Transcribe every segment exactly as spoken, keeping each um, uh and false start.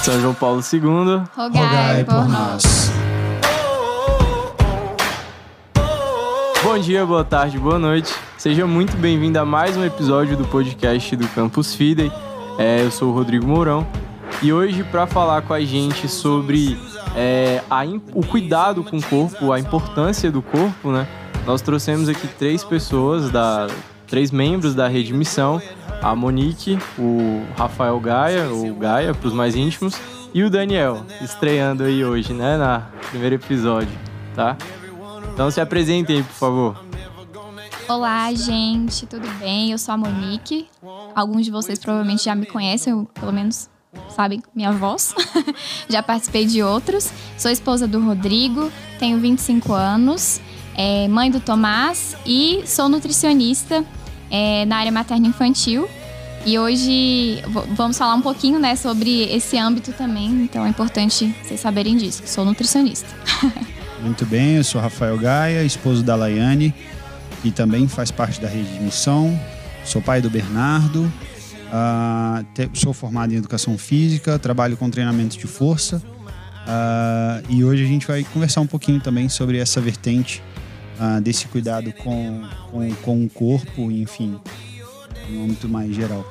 São João Paulo segundo, rogai, rogai por, por nós. Bom dia, boa tarde, boa noite. Seja muito bem-vindo a mais um episódio do podcast do Campus Fidei. É, eu sou o Rodrigo Mourão e hoje, para falar com a gente sobre é, a, o cuidado com o corpo, a importância do corpo, né? Nós trouxemos aqui três pessoas, da, três membros da Rede Missão, a Monique, o Rafael Gaia, ou Gaia para os mais íntimos, e o Daniel, estreando aí hoje, né, na primeiro episódio, tá? Então se apresentem aí, por favor. Olá, gente, tudo bem? Eu sou a Monique. Alguns de vocês provavelmente já me conhecem, ou pelo menos sabem minha voz. Já participei de outros. Sou esposa do Rodrigo, tenho vinte e cinco anos, é mãe do Tomás e sou nutricionista é, na área materno-infantil. E hoje vamos falar um pouquinho, né, sobre esse âmbito também, então é importante vocês saberem disso, que sou nutricionista. Muito bem, eu sou Rafael Gaia, esposo da Laiane, que também faz parte da Rede de Missão. Sou pai do Bernardo, uh, te, sou formado em Educação Física, trabalho com treinamento de força uh, e hoje a gente vai conversar um pouquinho também sobre essa vertente uh, desse cuidado com, com, com o corpo, enfim, em um âmbito mais geral.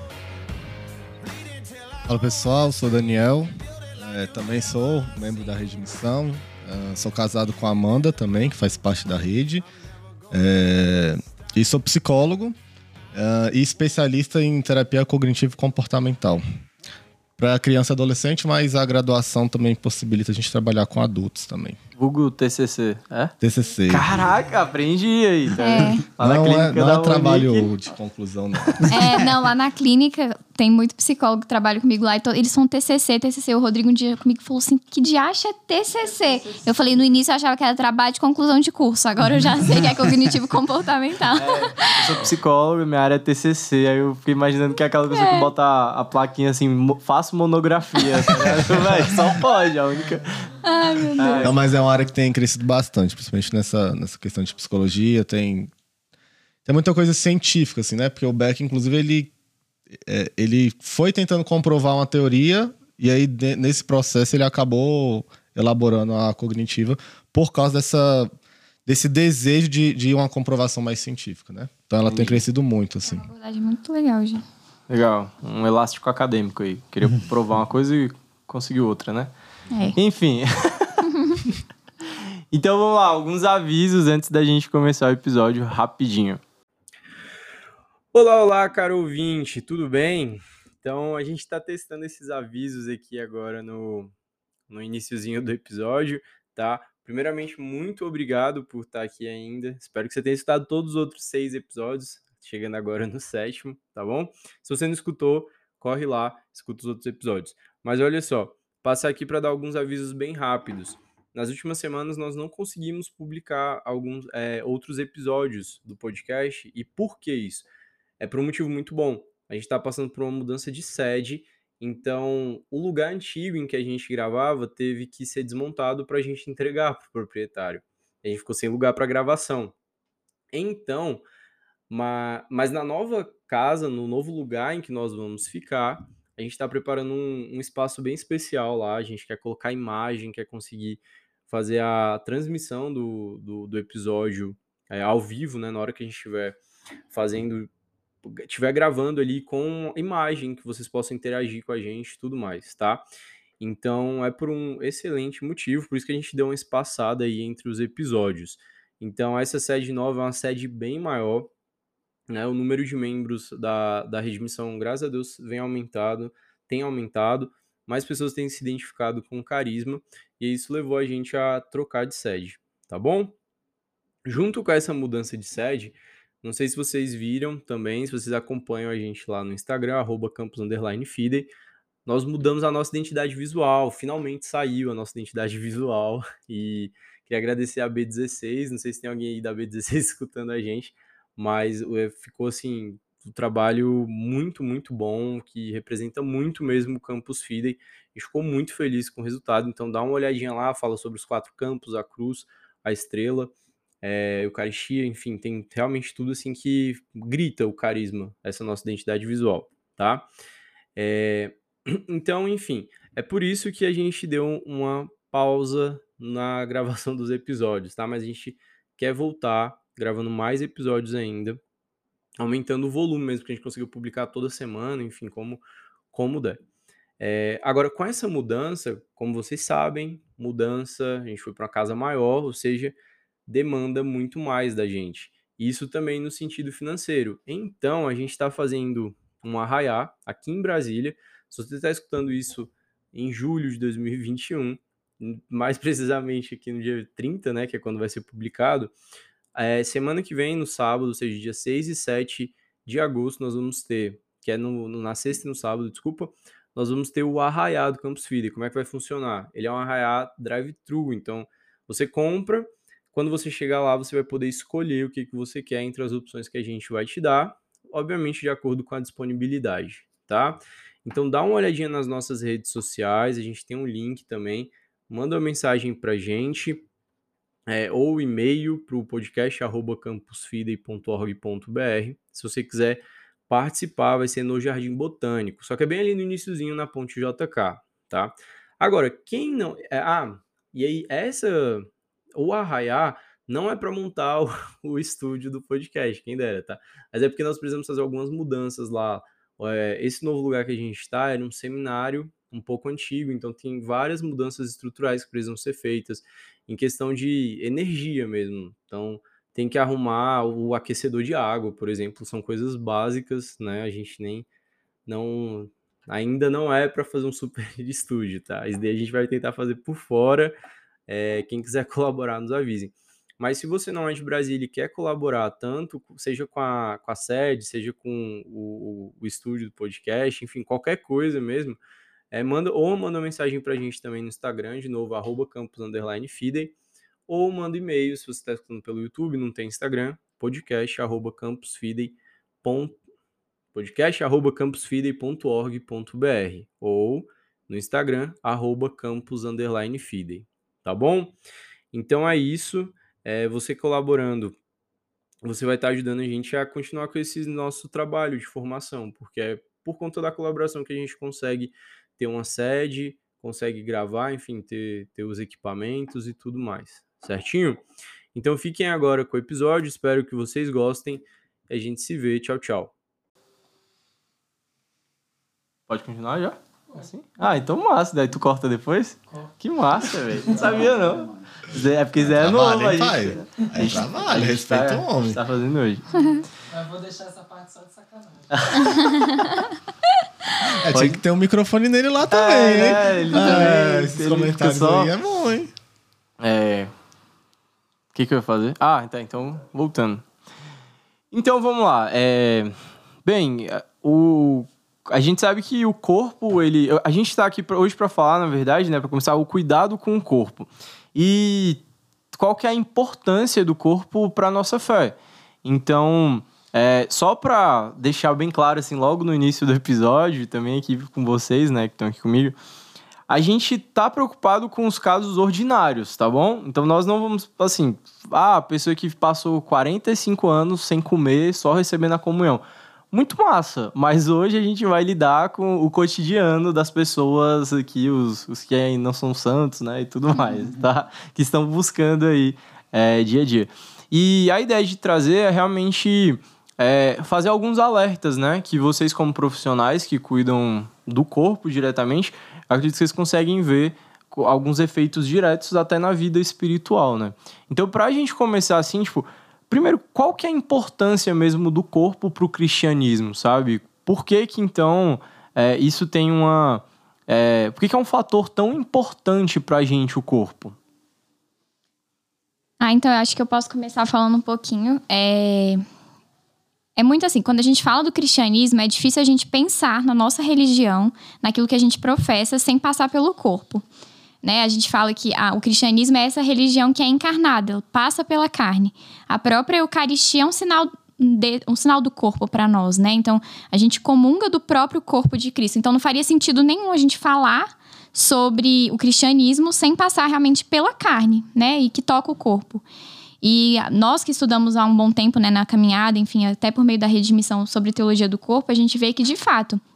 Fala pessoal, sou Daniel, é, também sou membro da Rede de Missão, uh, sou casado com a Amanda também, que faz parte da rede. É, e sou psicólogo uh, e especialista em terapia cognitivo-comportamental para criança e adolescente, mas a graduação também possibilita a gente trabalhar com adultos também. Vulgo T C C, é? T C C. Caraca, aprendi aí. Tá? É. Lá não é, não é trabalho Monique. De conclusão, não. É, não, lá na clínica tem muito psicólogo que trabalha comigo lá. E to, eles são T C C, T C C. O Rodrigo um dia comigo falou assim, que diacho é T C C? Eu falei, no início eu achava que era trabalho de conclusão de curso. Agora eu já sei que é cognitivo comportamental. É, eu sou psicólogo, minha área é T C C. Aí eu fiquei imaginando que é aquela pessoa é. que bota a, a plaquinha assim, faço monografia. Véio, só pode, a única... Ai, meu Deus. Não, mas é uma área que tem crescido bastante, principalmente nessa, nessa questão de psicologia. Tem, tem muita coisa científica, assim, né? Porque o Beck, inclusive, ele, é, ele foi tentando comprovar uma teoria e aí, de, nesse processo, ele acabou elaborando a cognitiva por causa dessa, desse desejo de, de uma comprovação mais científica, né? Então, ela Entendi. tem crescido muito, assim. É uma abordagem muito legal, gente. Legal. Um elástico acadêmico aí. Queria provar uma coisa e conseguiu outra, né? É. Enfim. Então vamos lá, alguns avisos antes da gente começar o episódio rapidinho. Olá, olá, caro ouvinte, tudo bem? Então a gente está testando esses avisos aqui agora no, no iniciozinho do episódio, tá? Primeiramente, muito obrigado por estar aqui ainda. Espero que você tenha escutado todos os outros seis episódios, chegando agora no sétimo, tá bom? Se você não escutou, corre lá, escuta os outros episódios. Mas olha só, passar aqui para dar alguns avisos bem rápidos. Nas últimas semanas nós não conseguimos publicar alguns é, outros episódios do podcast. E por que isso? É por um motivo muito bom. A gente está passando por uma mudança de sede, então o lugar antigo em que a gente gravava teve que ser desmontado para a gente entregar para o proprietário. A gente ficou sem lugar para gravação. Então, mas, mas na nova casa, no novo lugar em que nós vamos ficar, a gente está preparando um, um espaço bem especial lá. A gente quer colocar imagem, quer conseguir fazer a transmissão do, do, do episódio é, ao vivo, né? Na hora que a gente estiver fazendo, estiver gravando ali com imagem, que vocês possam interagir com a gente e tudo mais, tá? Então é por um excelente motivo, por isso que a gente deu uma espaçada aí entre os episódios. Então essa sede nova é uma sede bem maior, né? O número de membros da, da Rede Missão, graças a Deus, vem aumentado, tem aumentado, mais pessoas têm se identificado com o carisma, e isso levou a gente a trocar de sede, tá bom? Junto com essa mudança de sede, não sei se vocês viram também, se vocês acompanham a gente lá no Instagram, arroba campus underline fidei, nós mudamos a nossa identidade visual, finalmente saiu a nossa identidade visual, e queria agradecer a B dezesseis, não sei se tem alguém aí da B dezesseis escutando a gente, mas ficou assim, um trabalho muito, muito bom, que representa muito mesmo o Campus Fidei, e ficou muito feliz com o resultado. Então dá uma olhadinha lá, fala sobre os quatro campos, a cruz, a estrela, é, Eucaristia, enfim, tem realmente tudo assim que grita o carisma, essa nossa identidade visual, tá? É, Então, enfim, é por isso que a gente deu uma pausa na gravação dos episódios, tá? Mas a gente quer voltar gravando mais episódios ainda, aumentando o volume mesmo, que a gente conseguiu publicar toda semana, enfim, como, como der. É, agora, com essa mudança, como vocês sabem, mudança, a gente foi para uma casa maior, ou seja, demanda muito mais da gente. Isso também no sentido financeiro. Então, a gente está fazendo um arraiá aqui em Brasília. Se você está escutando isso em julho de dois mil e vinte e um, mais precisamente aqui no dia trinta, né, que é quando vai ser publicado, é, semana que vem, no sábado, ou seja, dia seis e sete de agosto, nós vamos ter, que é no, no, na sexta e no sábado, desculpa, nós vamos ter o arraiá do Campus Feeder. Como é que vai funcionar? Ele é um arraiá drive-thru, então você compra, quando você chegar lá, você vai poder escolher o que, que você quer entre as opções que a gente vai te dar, obviamente de acordo com a disponibilidade, tá? Então dá uma olhadinha nas nossas redes sociais, a gente tem um link também, manda uma mensagem pra gente, é, ou e-mail para o podcast arroba campusfeeder ponto org ponto br. Se você quiser participar, vai ser no Jardim Botânico, só que é bem ali no iniciozinho na Ponte J K, tá? Agora, quem não... É, ah, e aí essa... O arraiá não é para montar o, o estúdio do podcast, quem dera, tá? Mas é porque nós precisamos fazer algumas mudanças lá. É, esse novo lugar que a gente está era um seminário um pouco antigo, então tem várias mudanças estruturais que precisam ser feitas em questão de energia mesmo. Então, tem que arrumar o aquecedor de água, por exemplo, são coisas básicas, né? A gente nem não ainda não é para fazer um super estúdio, tá? Isso daí a gente vai tentar fazer por fora. É, quem quiser colaborar, nos avisem. Mas se você não é de Brasília e quer colaborar, tanto seja com a, com a sede, seja com o, o estúdio do podcast, enfim, qualquer coisa mesmo, é, manda, ou manda uma mensagem pra gente também no Instagram, de novo, arroba campus underline feeder, ou manda e-mail, se você está escutando pelo YouTube, não tem Instagram, podcast arroba campusfeeder ponto podcast arroba campusfeeder ponto org ponto br, ou no Instagram, arroba campus underline feeder. Tá bom? Então é isso. É, você colaborando, você vai estar ajudando a gente a continuar com esse nosso trabalho de formação, porque é por conta da colaboração que a gente consegue ter uma sede, consegue gravar, enfim, ter, ter os equipamentos e tudo mais. Certinho? Então fiquem agora com o episódio, espero que vocês gostem. A gente se vê. Tchau, tchau. Pode continuar já? Assim? Ah, então massa. Daí tu corta depois? Corta. Que massa, velho. Não sabia, não. É porque Zé é novo, a gente... Pai. É a gente, trabalho, a gente respeita tá, o homem. Tá fazendo hoje. Eu vou deixar essa parte só de sacanagem. É, tinha que ter um microfone nele lá também, é, hein? É, ele ah, também. Esses comentários só... aí é bom, hein? É... O que que eu ia fazer? Ah, tá. Então, voltando. Então, vamos lá. É... Bem, o... A gente sabe que o corpo, ele... A gente está aqui hoje para falar, na verdade, né, para começar, o cuidado com o corpo. E qual que é a importância do corpo para a nossa fé. Então, é, só para deixar bem claro, assim, logo no início do episódio, também aqui com vocês, né, que estão aqui comigo, a gente tá preocupado com os casos ordinários, tá bom? Então, nós não vamos, assim, ah, a pessoa que passou quarenta e cinco anos sem comer, só recebendo a comunhão. Muito massa, mas hoje a gente vai lidar com o cotidiano das pessoas aqui, os, os que ainda não são santos, né, e tudo mais, tá? Que estão buscando aí é, dia a dia. E a ideia de trazer é realmente é, fazer alguns alertas, né, que vocês como profissionais que cuidam do corpo diretamente, acredito que vocês conseguem ver alguns efeitos diretos até na vida espiritual, né? Então, pra gente começar assim, tipo... Primeiro, qual que é a importância mesmo do corpo para o cristianismo, sabe? Por que que, então, é, isso tem uma... É, por que que é um fator tão importante para a gente, o corpo? Ah, então eu acho que eu posso começar falando um pouquinho. É... é muito assim, quando a gente fala do cristianismo, é difícil a gente pensar na nossa religião, naquilo que a gente professa, sem passar pelo corpo. Né? A gente fala que ah, o cristianismo é essa religião que é encarnada, passa pela carne. A própria Eucaristia é um sinal, de, um sinal do corpo para nós, né? Então, a gente comunga do próprio corpo de Cristo. Então, não faria sentido nenhum a gente falar sobre o cristianismo sem passar realmente pela carne, né? E que toca o corpo. E nós que estudamos há um bom tempo, né, na caminhada, enfim, até por meio da rede de missão sobre teologia do corpo, a gente vê que, de fato,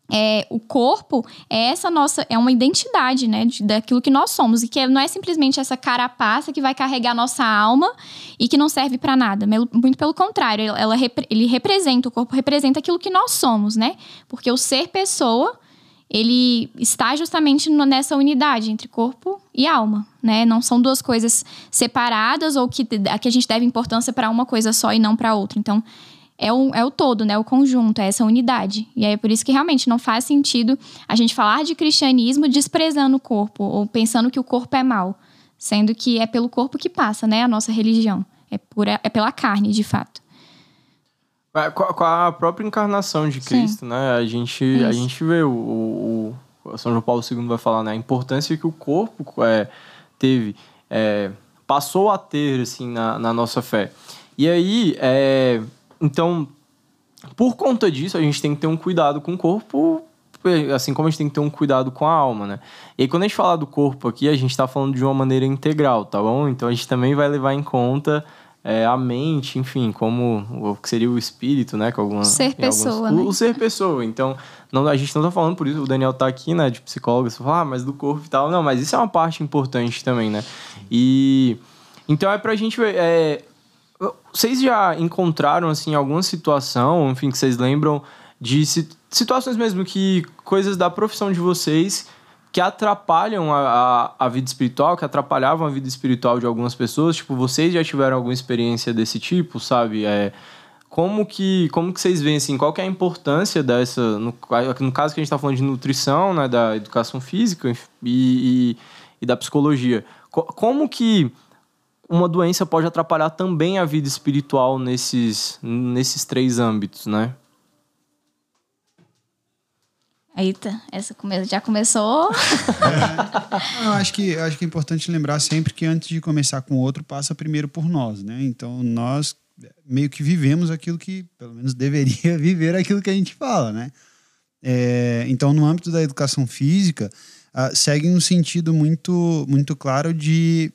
É, o corpo é essa nossa, é uma identidade, né, de, daquilo que nós somos, e que não é simplesmente essa carapaça que vai carregar a nossa alma e que não serve para nada, muito pelo contrário, ela, ele representa, o corpo representa aquilo que nós somos, né, porque o ser pessoa, ele está justamente nessa unidade entre corpo e alma, né, não são duas coisas separadas ou que, que a gente deve importância para uma coisa só e não para outra, então É o, é o todo, né? O conjunto, é essa unidade. E aí é por isso que realmente não faz sentido a gente falar de cristianismo desprezando o corpo ou pensando que o corpo é mau, sendo que é pelo corpo que passa, né? A nossa religião. É, por, é pela carne, de fato. Com a própria encarnação de Cristo, Sim. né? A gente, a gente vê, o, o, o São João Paulo segundo vai falar, né? A importância que o corpo é, teve, é, passou a ter, assim, na, na nossa fé. E aí, é... Então, por conta disso, a gente tem que ter um cuidado com o corpo, assim como a gente tem que ter um cuidado com a alma, né? E aí, quando a gente fala do corpo aqui, a gente está falando de uma maneira integral, tá bom? Então, a gente também vai levar em conta é, a mente, enfim, como o que seria o espírito, né? Com alguma, ser pessoa, algumas, né? O, o ser pessoa. Então, não, a gente não tá falando por isso, o Daniel tá aqui, né, de psicólogo, você fala, ah, mas do corpo e tal. Não, mas isso é uma parte importante também, né? E... Então, é pra gente ver... É, vocês já encontraram, assim, alguma situação, enfim, que vocês lembram de situações mesmo que coisas da profissão de vocês que atrapalham a, a, a vida espiritual, que atrapalhavam a vida espiritual de algumas pessoas? Tipo, vocês já tiveram alguma experiência desse tipo, sabe? É, como, que, como que vocês veem, assim, qual que é a importância dessa... No, no caso que a gente está falando de nutrição, né, da educação física e, e, e da psicologia. Como que uma doença pode atrapalhar também a vida espiritual nesses, nesses três âmbitos, né? Eita, essa já começou. É, eu acho que, eu acho que é importante lembrar sempre que antes de começar com o outro, passa primeiro por nós, né? Então, nós meio que vivemos aquilo que, pelo menos, deveria viver aquilo que a gente fala, né? É, então, no âmbito da educação física, uh, segue um sentido muito, muito claro de...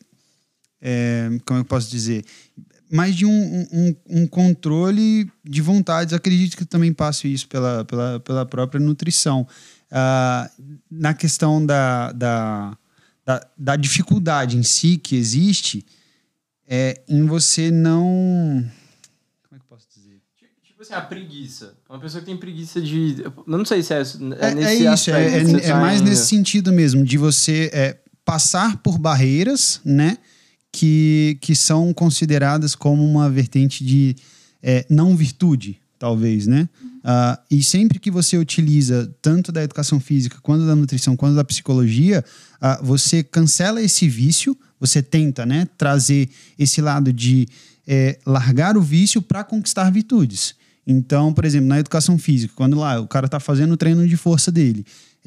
É, como eu posso dizer, mais de um, um, um controle de vontades. Acredito que também passo isso pela, pela, pela própria nutrição. Uh, na questão da, da, da, da dificuldade em si que existe, é em você não... Como é que eu posso dizer? Tipo assim, a preguiça. Uma pessoa que tem preguiça de... Não sei se é, é, é nesse É isso, aspecto, é, é, é mais nesse sentido mesmo, de você é, passar por barreiras, né? Que, que são consideradas como uma vertente de é, não virtude, talvez, né? Uh, e sempre que você utiliza tanto da educação física, quanto da nutrição, quanto da psicologia, uh, você cancela esse vício, você tenta, né, trazer esse lado de é, largar o vício para conquistar virtudes. Então, por exemplo, na educação física, quando lá o cara está fazendo o treino de força dele,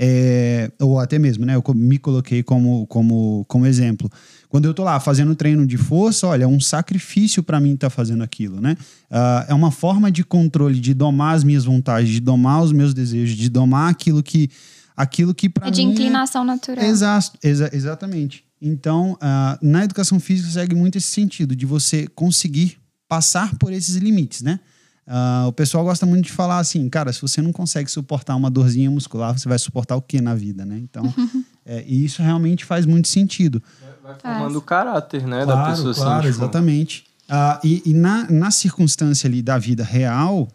é, ou até mesmo, né, eu me coloquei como, como, como exemplo. Quando eu tô lá fazendo treino de força, olha, é um sacrifício para mim estar tá fazendo aquilo, né? Uh, é uma forma de controle, de domar as minhas vontades, de domar os meus desejos, de domar aquilo que, aquilo que para mim é de inclinação é... natural. Exato, exa exatamente. Então, uh, na educação física segue muito esse sentido de você conseguir passar por esses limites, né? Uh, o pessoal gosta muito de falar assim, cara, se você não consegue suportar uma dorzinha muscular, você vai suportar o que na vida, né? Então, é, e isso realmente faz muito sentido. Vai formando o caráter, né, claro, da pessoa. Claro, assim, exatamente. Uh, e e na, na circunstância ali da vida real,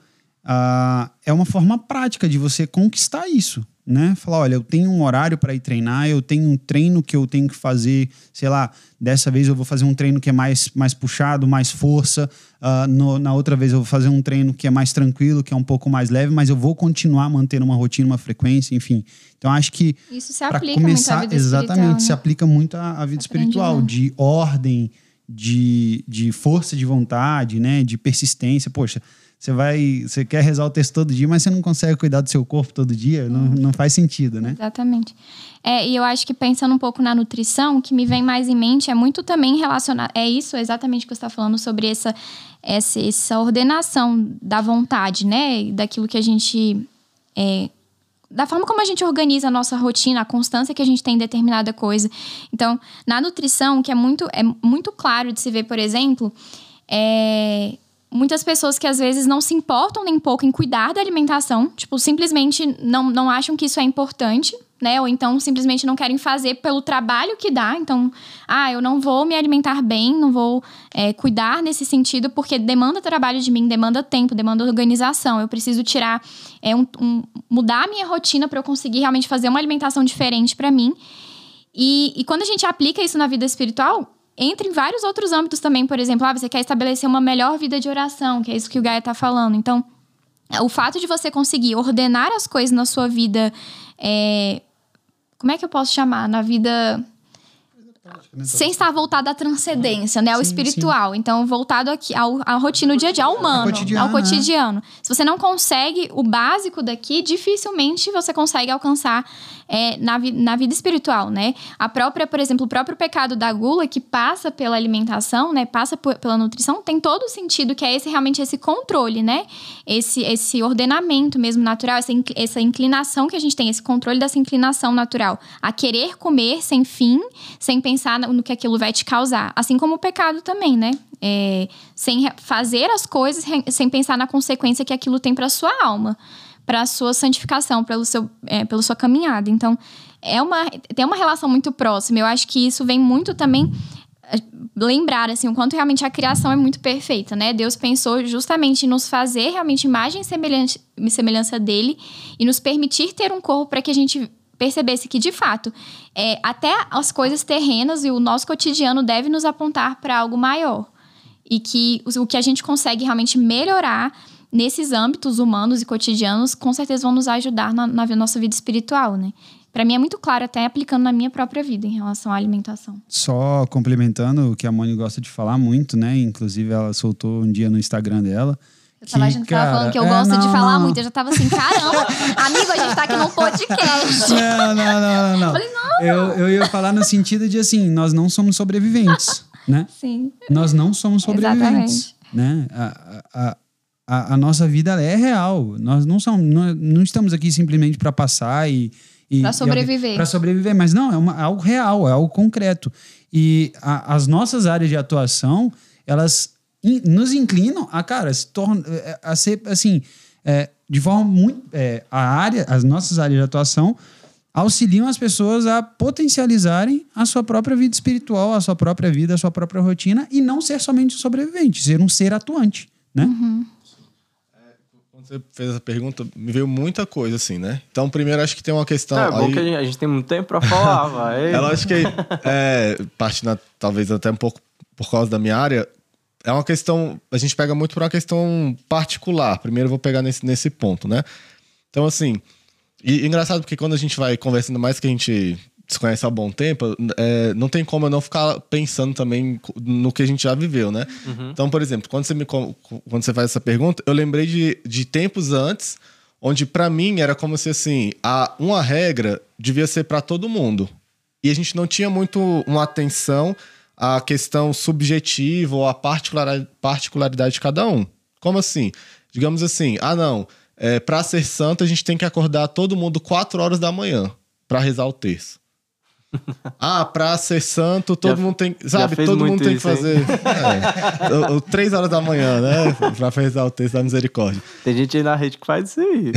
uh, é uma forma prática de você conquistar isso, né? Falar, olha, eu tenho um horário para ir treinar, eu tenho um treino que eu tenho que fazer, sei lá, dessa vez eu vou fazer um treino que é mais, mais puxado, mais força, uh, no, na outra vez eu vou fazer um treino que é mais tranquilo, que é um pouco mais leve, mas eu vou continuar mantendo uma rotina, uma frequência, enfim. Então, acho que... Isso se aplica começar, muito à vida exatamente, espiritual, né? Se aplica muito à, à vida espiritual, de ordem, de, de força de vontade, né? De persistência. Poxa, você vai, você quer rezar o texto todo dia, mas você não consegue cuidar do seu corpo todo dia, não, não faz sentido, né? Exatamente. É, e eu acho que pensando um pouco na nutrição, o que me vem mais em mente é muito também relacionado, é isso exatamente que você está falando sobre essa, essa, essa ordenação da vontade, né? Daquilo que a gente... É, da forma como a gente organiza a nossa rotina, a constância que a gente tem em determinada coisa. Então, na nutrição, que é muito, é muito claro de se ver, por exemplo, é... muitas pessoas que às vezes não se importam nem pouco em cuidar da alimentação, tipo, simplesmente não, não acham que isso é importante, né? Ou então simplesmente não querem fazer pelo trabalho que dá. Então, ah, eu não vou me alimentar bem, não vou é, cuidar nesse sentido, porque demanda trabalho de mim, demanda tempo, demanda organização. Eu preciso tirar, é, um, um, mudar a minha rotina para eu conseguir realmente fazer uma alimentação diferente para mim. E, e quando a gente aplica isso na vida espiritual, entra em vários outros âmbitos também. Por exemplo, ah, você quer estabelecer uma melhor vida de oração, que é isso que o Gaia tá falando. Então, o fato de você conseguir ordenar as coisas na sua vida, é, como é que eu posso chamar? Na vida... sem estar voltado à transcendência, né? Ao sim, espiritual. Sim. Então, voltado aqui ao, à rotina do dia a dia, ao humano, ao cotidiano. Ao cotidiano. Se você não consegue o básico daqui, dificilmente você consegue alcançar é, na, vi, na vida espiritual, né? A própria, por exemplo, o próprio pecado da gula, que passa pela alimentação, né? Passa por, pela nutrição, tem todo o sentido que é esse, realmente esse controle, né? Esse, esse ordenamento mesmo natural, essa, essa inclinação que a gente tem, esse controle dessa inclinação natural a querer comer sem fim, sem pensar no que aquilo vai te causar. Assim como o pecado também, né? É, sem fazer as coisas sem pensar na consequência que aquilo tem para sua alma, para a sua santificação, pelo seu, é, pela sua caminhada. Então, é uma, tem uma relação muito próxima. Eu acho que isso vem muito também lembrar, assim, o quanto realmente a criação é muito perfeita, né? Deus pensou justamente em nos fazer realmente imagem e semelhança, semelhança dele e nos permitir ter um corpo para que a gente percebesse que, de fato, é, até as coisas terrenas e o nosso cotidiano deve nos apontar para algo maior. E que o que a gente consegue realmente melhorar nesses âmbitos humanos e cotidianos, com certeza vão nos ajudar na, na nossa vida espiritual, né? Para mim é muito claro, até aplicando na minha própria vida em relação à alimentação. Só complementando o que a Moni gosta de falar muito, né? Inclusive, ela soltou um dia no Instagram dela. Eu tava, a gente cara, tava falando que eu é, gosto não, de falar não. muito. Eu já tava assim, caramba, amigo, a gente tá aqui num podcast. Não, não, não, não. não. Falei, não. Eu, eu ia falar no sentido de assim, nós não somos sobreviventes, né? Sim. Nós não somos sobreviventes. Exatamente. Né? A, a, a, a nossa vida ela é real. Nós não, somos, não, não estamos aqui simplesmente para passar e... e para sobreviver. Para sobreviver, mas não, é uma, algo real, é algo concreto. E a, as nossas áreas de atuação, elas... nos inclinam a, cara, se torna, a ser, assim, é, de forma muito... É, a área, as nossas áreas de atuação auxiliam as pessoas a potencializarem a sua própria vida espiritual, a sua própria vida, a sua própria rotina e não ser somente um sobrevivente, ser um ser atuante, né? Uhum. Quando você fez essa pergunta, me veio muita coisa, assim, né? Então, primeiro, acho que tem uma questão... É, é bom aí... que a gente, a gente tem muito tempo pra falar, vai. Ela acho que, é, partindo talvez até um pouco por causa da minha área... É uma questão... A gente pega muito por uma questão particular. Primeiro eu vou pegar nesse, nesse ponto, né? Então, assim... E engraçado porque quando a gente vai conversando mais que a gente se conhece há bom tempo, é, não tem como eu não ficar pensando também no que a gente já viveu, né? Uhum. Então, por exemplo, quando você, me, quando você faz essa pergunta, eu lembrei de, de tempos antes, onde pra mim era como se, assim, a, uma regra devia ser pra todo mundo. E a gente não tinha muito uma atenção... a questão subjetiva ou a particularidade de cada um. Como assim? Digamos assim, ah não, é, para ser santo a gente tem que acordar todo mundo quatro horas da manhã para rezar o terço. Ah, para ser santo todo já, mundo tem, sabe, todo mundo tem isso, que fazer é, o, o, três horas da manhã, né, para rezar o terço da misericórdia. Tem gente aí na rede que faz isso aí.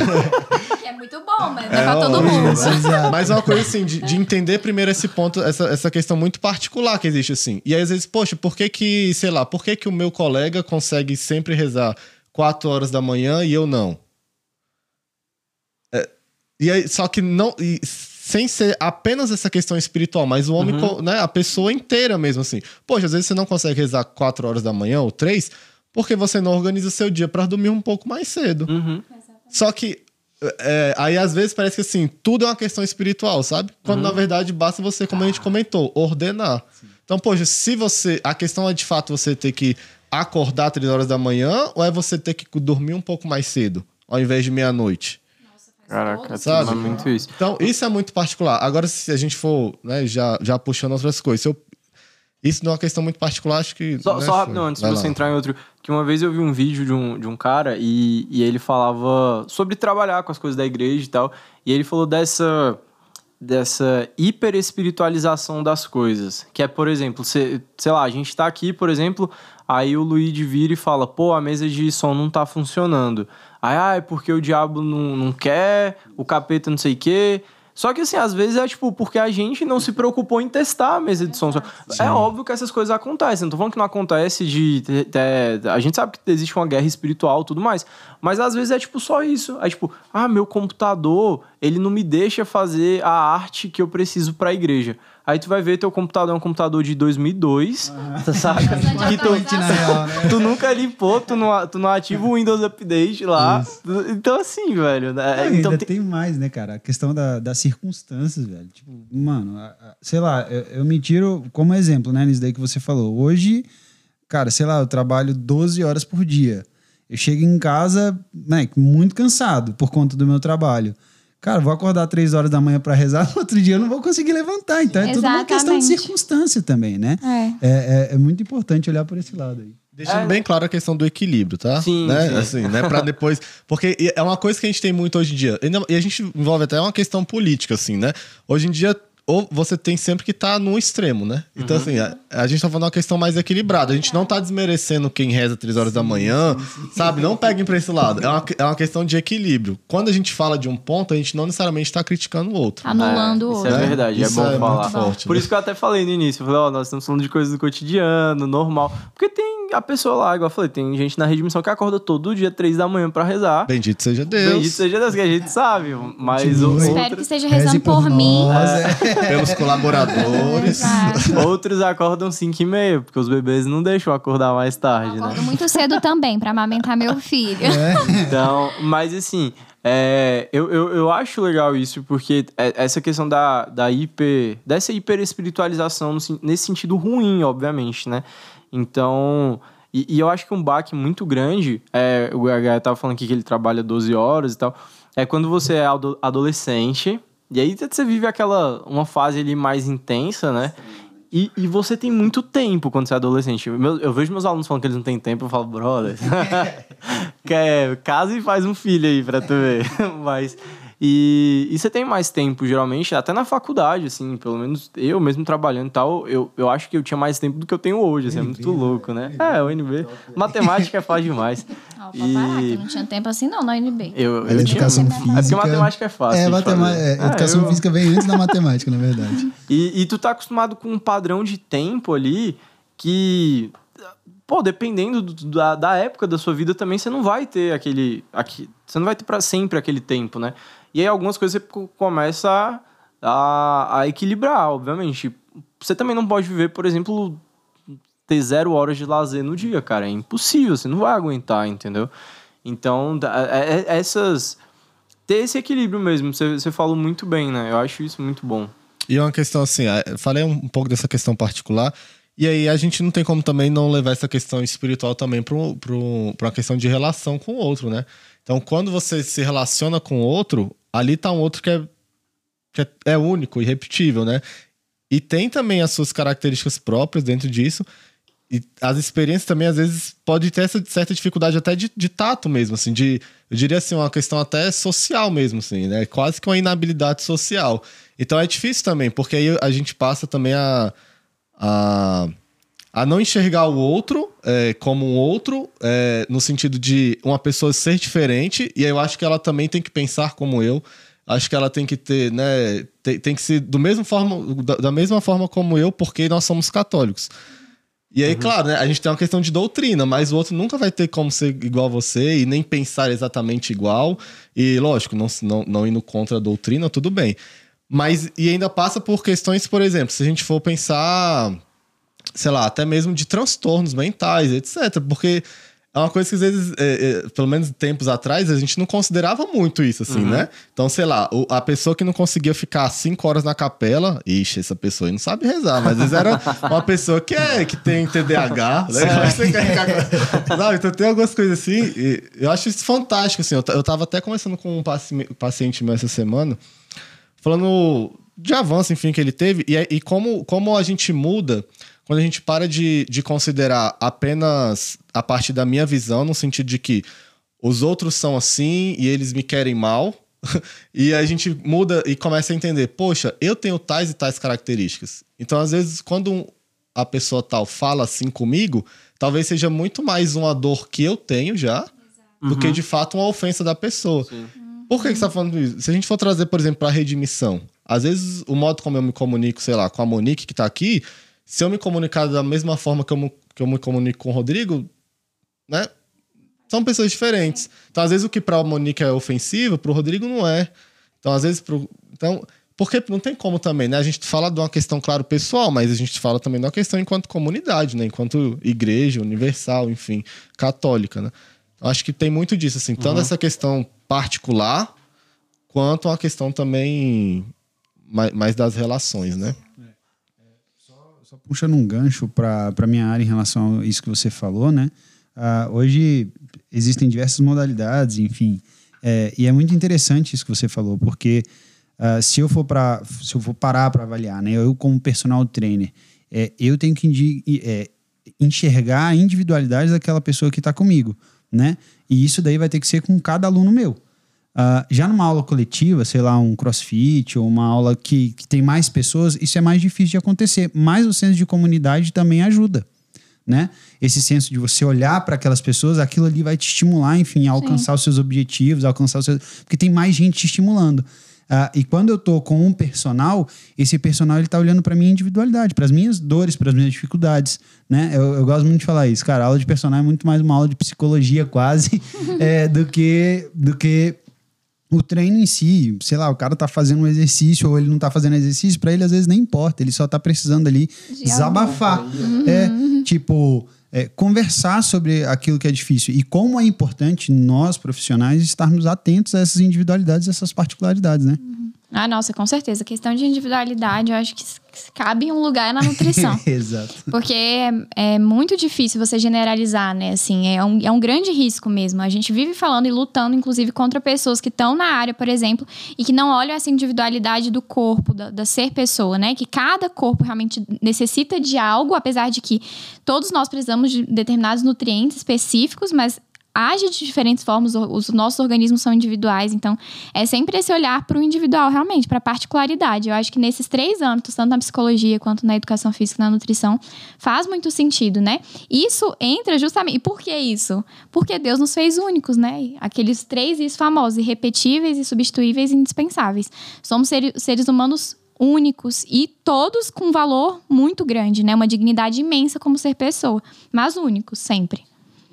É muito bom, mas não é, é pra todo mundo. Mas é uma coisa assim, de, de entender primeiro esse ponto, essa, essa questão muito particular que existe assim. E aí, às vezes, poxa, por que que, sei lá, por que que o meu colega consegue sempre rezar quatro horas da manhã e eu não? É, e aí, só que não... E, sem ser apenas essa questão espiritual, mas o homem, uhum. né, a pessoa inteira mesmo, assim. Poxa, às vezes você não consegue rezar quatro horas da manhã ou três, porque você não organiza seu dia para dormir um pouco mais cedo. Uhum. Só que É, aí às vezes parece que assim, tudo é uma questão espiritual, sabe? Quando uhum. na verdade basta você, como a gente comentou, ordenar. Sim. Então, poxa, se você... A questão é de fato você ter que acordar três horas da manhã ou é você ter que dormir um pouco mais cedo, ao invés de meia-noite? Caraca, sabe? É muito isso. Então, isso é muito particular. Agora, se a gente for, né, já, já puxando outras coisas, se eu... Isso não é uma questão muito particular, acho que... Só, né, só rápido, não, antes de você lá. entrar em outro... Que uma vez eu vi um vídeo de um, de um cara e, e ele falava sobre trabalhar com as coisas da igreja e tal. E ele falou dessa, dessa hiperespiritualização das coisas. Que é, por exemplo, cê, sei lá, a gente tá aqui, por exemplo... aí o Luigi vira e fala, pô, a mesa de som não tá funcionando. Aí, ah, é porque o diabo não, não quer, o capeta não sei o quê. Só que, assim, às vezes é, tipo, porque a gente não se preocupou em testar a mesa de som. Sim. É óbvio que essas coisas acontecem. Não tô falando que não acontece de... de, de a gente sabe que existe uma guerra espiritual e tudo mais. Mas, às vezes, é, tipo, só isso. É, tipo, ah, meu computador, ele não me deixa fazer a arte que eu preciso pra igreja. Aí tu vai ver, teu computador é um computador de dois mil e dois, ah. saca? Que tu, na real, né? Tu nunca limpou, tu não, tu não ativa o Windows Update lá. Tu, então, assim, velho... Né? Não, então, ainda tem... tem mais, né, cara? A questão da, das circunstâncias, velho. Tipo, mano, a, a, sei lá, eu, eu me tiro como exemplo, né, nisso daí que você falou. Hoje, cara, sei lá, eu trabalho doze horas por dia. Eu chego em casa, né, muito cansado por conta do meu trabalho. Cara, vou acordar três horas da manhã pra rezar, no outro dia eu não vou conseguir levantar. Então é Exatamente. Tudo uma questão de circunstância também, né? É. É, é, é muito importante olhar por esse lado aí. Deixando é. bem claro a questão do equilíbrio, tá? Sim, né? sim. Assim, né? Pra depois... Porque é uma coisa que a gente tem muito hoje em dia. E a gente envolve até uma questão política, assim, né? Hoje em dia... Ou você tem sempre que estar tá no extremo, né? Então, uhum. assim, a, a gente tá falando uma questão mais equilibrada. A gente não tá desmerecendo quem reza três horas sim, da manhã, sim, sim. sabe? Não peguem pra esse lado. É uma, é uma questão de equilíbrio. Quando a gente fala de um ponto, a gente não necessariamente tá criticando o outro. Anulando é, o outro. Isso é verdade, isso é bom é falar. Muito forte, Por né? isso que eu até falei no início. Eu falei, ó, oh, nós estamos falando de coisas do cotidiano, normal. Porque tem a pessoa lá, igual eu falei, tem gente na redimissão que acorda todo dia, três da manhã pra rezar. Bendito seja Deus. Bendito seja Deus, que a gente sabe. Mas Espero outro... que esteja rezando por, por mim. É. Pelos colaboradores. É, Outros acordam cinco e meia, porque os bebês não deixam acordar mais tarde, eu né? acordo muito cedo também, pra amamentar meu filho. É. Então, mas assim, é, eu, eu, eu acho legal isso, porque essa questão da, da hiper... Dessa hiperespiritualização nesse sentido ruim, obviamente, né? Então... E, e eu acho que um baque muito grande, é, o H tava falando aqui que ele trabalha doze horas e tal, é quando você é ado- adolescente, e aí você vive aquela, uma fase ali mais intensa, né? E, e você tem muito tempo quando você é adolescente. Eu, eu vejo meus alunos falando que eles não têm tempo, eu falo, brother, quer, casa e faz um filho aí pra tu ver. Mas... E, e você tem mais tempo, geralmente, até na faculdade, assim, pelo menos eu mesmo trabalhando e tal, eu, eu acho que eu tinha mais tempo do que eu tenho hoje, assim, é muito louco, né? É, o N B. Matemática é fácil demais. Ah, e... parar, eu não tinha tempo assim não na U N B. Eu, eu é educação tinha... física. É porque matemática é fácil. É, matema... é educação é, eu... física vem antes da matemática, na verdade. E, e tu tá acostumado com um padrão de tempo ali que... Pô, dependendo do, da, da época da sua vida também, você não vai ter aquele... Aqui, você não vai ter pra sempre aquele tempo, né? E aí algumas coisas você começa a, a, a equilibrar, obviamente. Você também não pode viver, por exemplo, ter zero horas de lazer no dia, cara. É impossível, você não vai aguentar, entendeu? Então, é, é, essas... Ter esse equilíbrio mesmo, você, você falou muito bem, né? Eu acho isso muito bom. E é uma questão assim, eu falei um pouco dessa questão particular, e aí a gente não tem como também não levar essa questão espiritual também para uma questão de relação com o outro, né? Então, quando você se relaciona com o outro, ali tá um outro que é, que é, é único, irrepetível, né? E tem também as suas características próprias dentro disso. E as experiências também, às vezes, pode ter essa certa dificuldade até de, de tato mesmo, assim, de, eu diria assim, uma questão até social mesmo, assim, né? Quase que uma inabilidade social. Então é difícil também, porque aí a gente passa também a... a a não enxergar o outro é, como um outro, é, no sentido de uma pessoa ser diferente, e aí eu acho que ela também tem que pensar como eu, acho que ela tem que ter, né, tem, tem que ser do mesmo forma, da, da mesma forma como eu, porque nós somos católicos. E aí, uhum. claro, né, a gente tem uma questão de doutrina, mas o outro nunca vai ter como ser igual a você e nem pensar exatamente igual, e lógico, não, não, não indo contra a doutrina, tudo bem. Mas, e ainda passa por questões, por exemplo, se a gente for pensar... sei lá, até mesmo de transtornos mentais, etcétera. Porque é uma coisa que às vezes, é, é, pelo menos tempos atrás, a gente não considerava muito isso, assim, uhum. né? Então, sei lá, o, a pessoa que não conseguia ficar cinco horas na capela, ixi, essa pessoa aí não sabe rezar, mas às vezes era uma pessoa que, é, que tem T D A H, né? É. Não, então tem algumas coisas assim, e eu acho isso fantástico, assim. Eu, eu tava até conversando com um paciente meu essa semana, falando de avanço, enfim, que ele teve, e, e como, como a gente muda... Quando a gente para de, de considerar apenas a parte da minha visão, no sentido de que os outros são assim e eles me querem mal, e a gente muda e começa a entender, poxa, eu tenho tais e tais características. Então, às vezes, quando a pessoa tal fala assim comigo, talvez seja muito mais uma dor que eu tenho já, uhum. do que de fato uma ofensa da pessoa. Sim. Por que, que você tá falando isso? Se a gente for trazer, por exemplo, pra redimissão, às vezes o modo como eu me comunico, sei lá, com a Monique que tá aqui, se eu me comunicar da mesma forma que eu me, que eu me comunico com o Rodrigo, né? São pessoas diferentes. Então, às vezes, o que pra Monique é ofensivo, pro Rodrigo não é. Então, às vezes, pro... Então, porque não tem como também, né? A gente fala de uma questão, claro, pessoal, mas a gente fala também de uma questão enquanto comunidade, né? Enquanto igreja universal, enfim, católica, né? Eu acho que tem muito disso, assim. Tanto uhum. essa questão particular, quanto a questão também mais, mais das relações, né? É, é, só, só puxando um gancho para a minha área em relação a isso que você falou, né? Uh, hoje existem diversas modalidades, enfim, é, e é muito interessante isso que você falou, porque uh, se eu for para se eu for parar para avaliar, né? Eu como personal trainer, é, eu tenho que indi- é, enxergar a individualidade daquela pessoa que está comigo, né? E isso daí vai ter que ser com cada aluno meu. Uh, já numa aula coletiva, sei lá, um crossfit ou uma aula que, que tem mais pessoas, isso é mais difícil de acontecer, mas o senso de comunidade também ajuda, né? Esse senso de você olhar para aquelas pessoas, aquilo ali vai te estimular, enfim, a alcançar Sim. os seus objetivos, a alcançar os seus... porque tem mais gente te estimulando. Uh, e quando eu tô com um personal, esse personal ele tá olhando para minha individualidade, para as minhas dores, para as minhas dificuldades, né? Eu, eu gosto muito de falar isso, cara. A aula de personal é muito mais uma aula de psicologia quase é, do que do que o treino em si. Sei lá, o cara tá fazendo um exercício ou ele não tá fazendo exercício, para ele às vezes nem importa, ele só tá precisando ali de desabafar. Uhum. É, tipo, é, conversar sobre aquilo que é difícil e como é importante nós, profissionais, estarmos atentos a essas individualidades, essas particularidades, né? Uhum. Ah, nossa, com certeza. A questão de individualidade, eu acho que cabe em um lugar na nutrição. Exato. Porque é, é muito difícil você generalizar, né? Assim, é um, é um grande risco mesmo. A gente vive falando e lutando, inclusive, contra pessoas que estão na área, por exemplo, e que não olham essa individualidade do corpo, da, da ser pessoa, né? Que cada corpo realmente necessita de algo, apesar de que todos nós precisamos de determinados nutrientes específicos, mas age de diferentes formas, os nossos organismos são individuais, então é sempre esse olhar para o individual, realmente, para a particularidade. Eu acho que nesses três âmbitos, tanto na psicologia quanto na educação física e na nutrição, faz muito sentido, né? Isso entra justamente... E por que isso? Porque Deus nos fez únicos, né? Aqueles três is famosos, irrepetíveis, insubstituíveis e indispensáveis. Somos seres humanos únicos e todos com valor muito grande, né? Uma dignidade imensa como ser pessoa, mas únicos, sempre.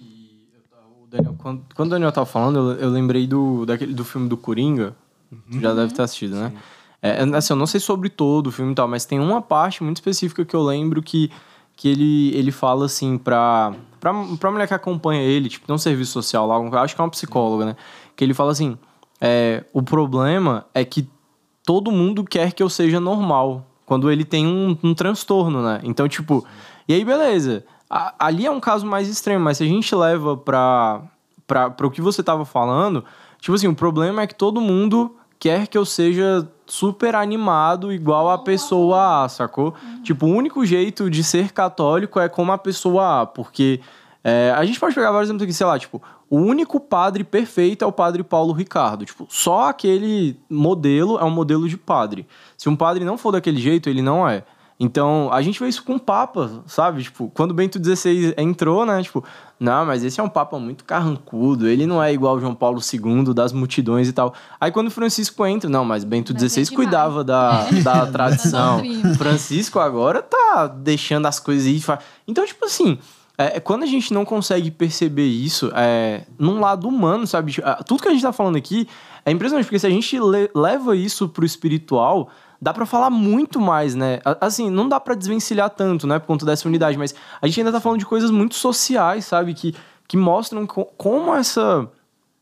Daniel, quando, quando o Daniel tava falando, eu, eu lembrei do, daquele, do filme do Coringa. Uhum. Já deve ter assistido, né? É, assim, eu não sei sobre todo o filme e tal, mas tem uma parte muito específica que eu lembro que, que ele, ele fala assim pra, pra, pra mulher que acompanha ele, tipo, tem um serviço social lá, eu acho que é uma psicóloga, né? Que ele fala assim, é, o problema é que todo mundo quer que eu seja normal, quando ele tem um, um transtorno, né? Então, tipo, e aí beleza... Ali é um caso mais extremo, mas se a gente leva pra, pra, pra o que você tava falando, tipo assim, o problema é que todo mundo quer que eu seja super animado igual a pessoa A, sacou? Uhum. Tipo, o único jeito de ser católico é como a pessoa A, porque é, a gente pode pegar vários exemplos aqui, sei lá, tipo, o único padre perfeito é o padre Paulo Ricardo, tipo, só aquele modelo é um modelo de padre. Se um padre não for daquele jeito, ele não é. Então, a gente vê isso com o Papa, sabe? Tipo, quando o Bento dezesseis entrou, né? Tipo, não, mas esse é um Papa muito carrancudo, ele não é igual João Paulo segundo, das multidões e tal. Aí, quando o Francisco entra, não, mas Bento dezesseis é cuidava da, é. da tradição. Francisco agora tá deixando as coisas aí. Então, tipo assim, é, quando a gente não consegue perceber isso, é, num lado humano, sabe? Tudo que a gente tá falando aqui é impressionante, porque se a gente le- leva isso pro espiritual... Dá pra falar muito mais, né? Assim, não dá pra desvencilhar tanto, né? Por conta dessa unidade, mas a gente ainda tá falando de coisas muito sociais, sabe? Que, que mostram co- como essa...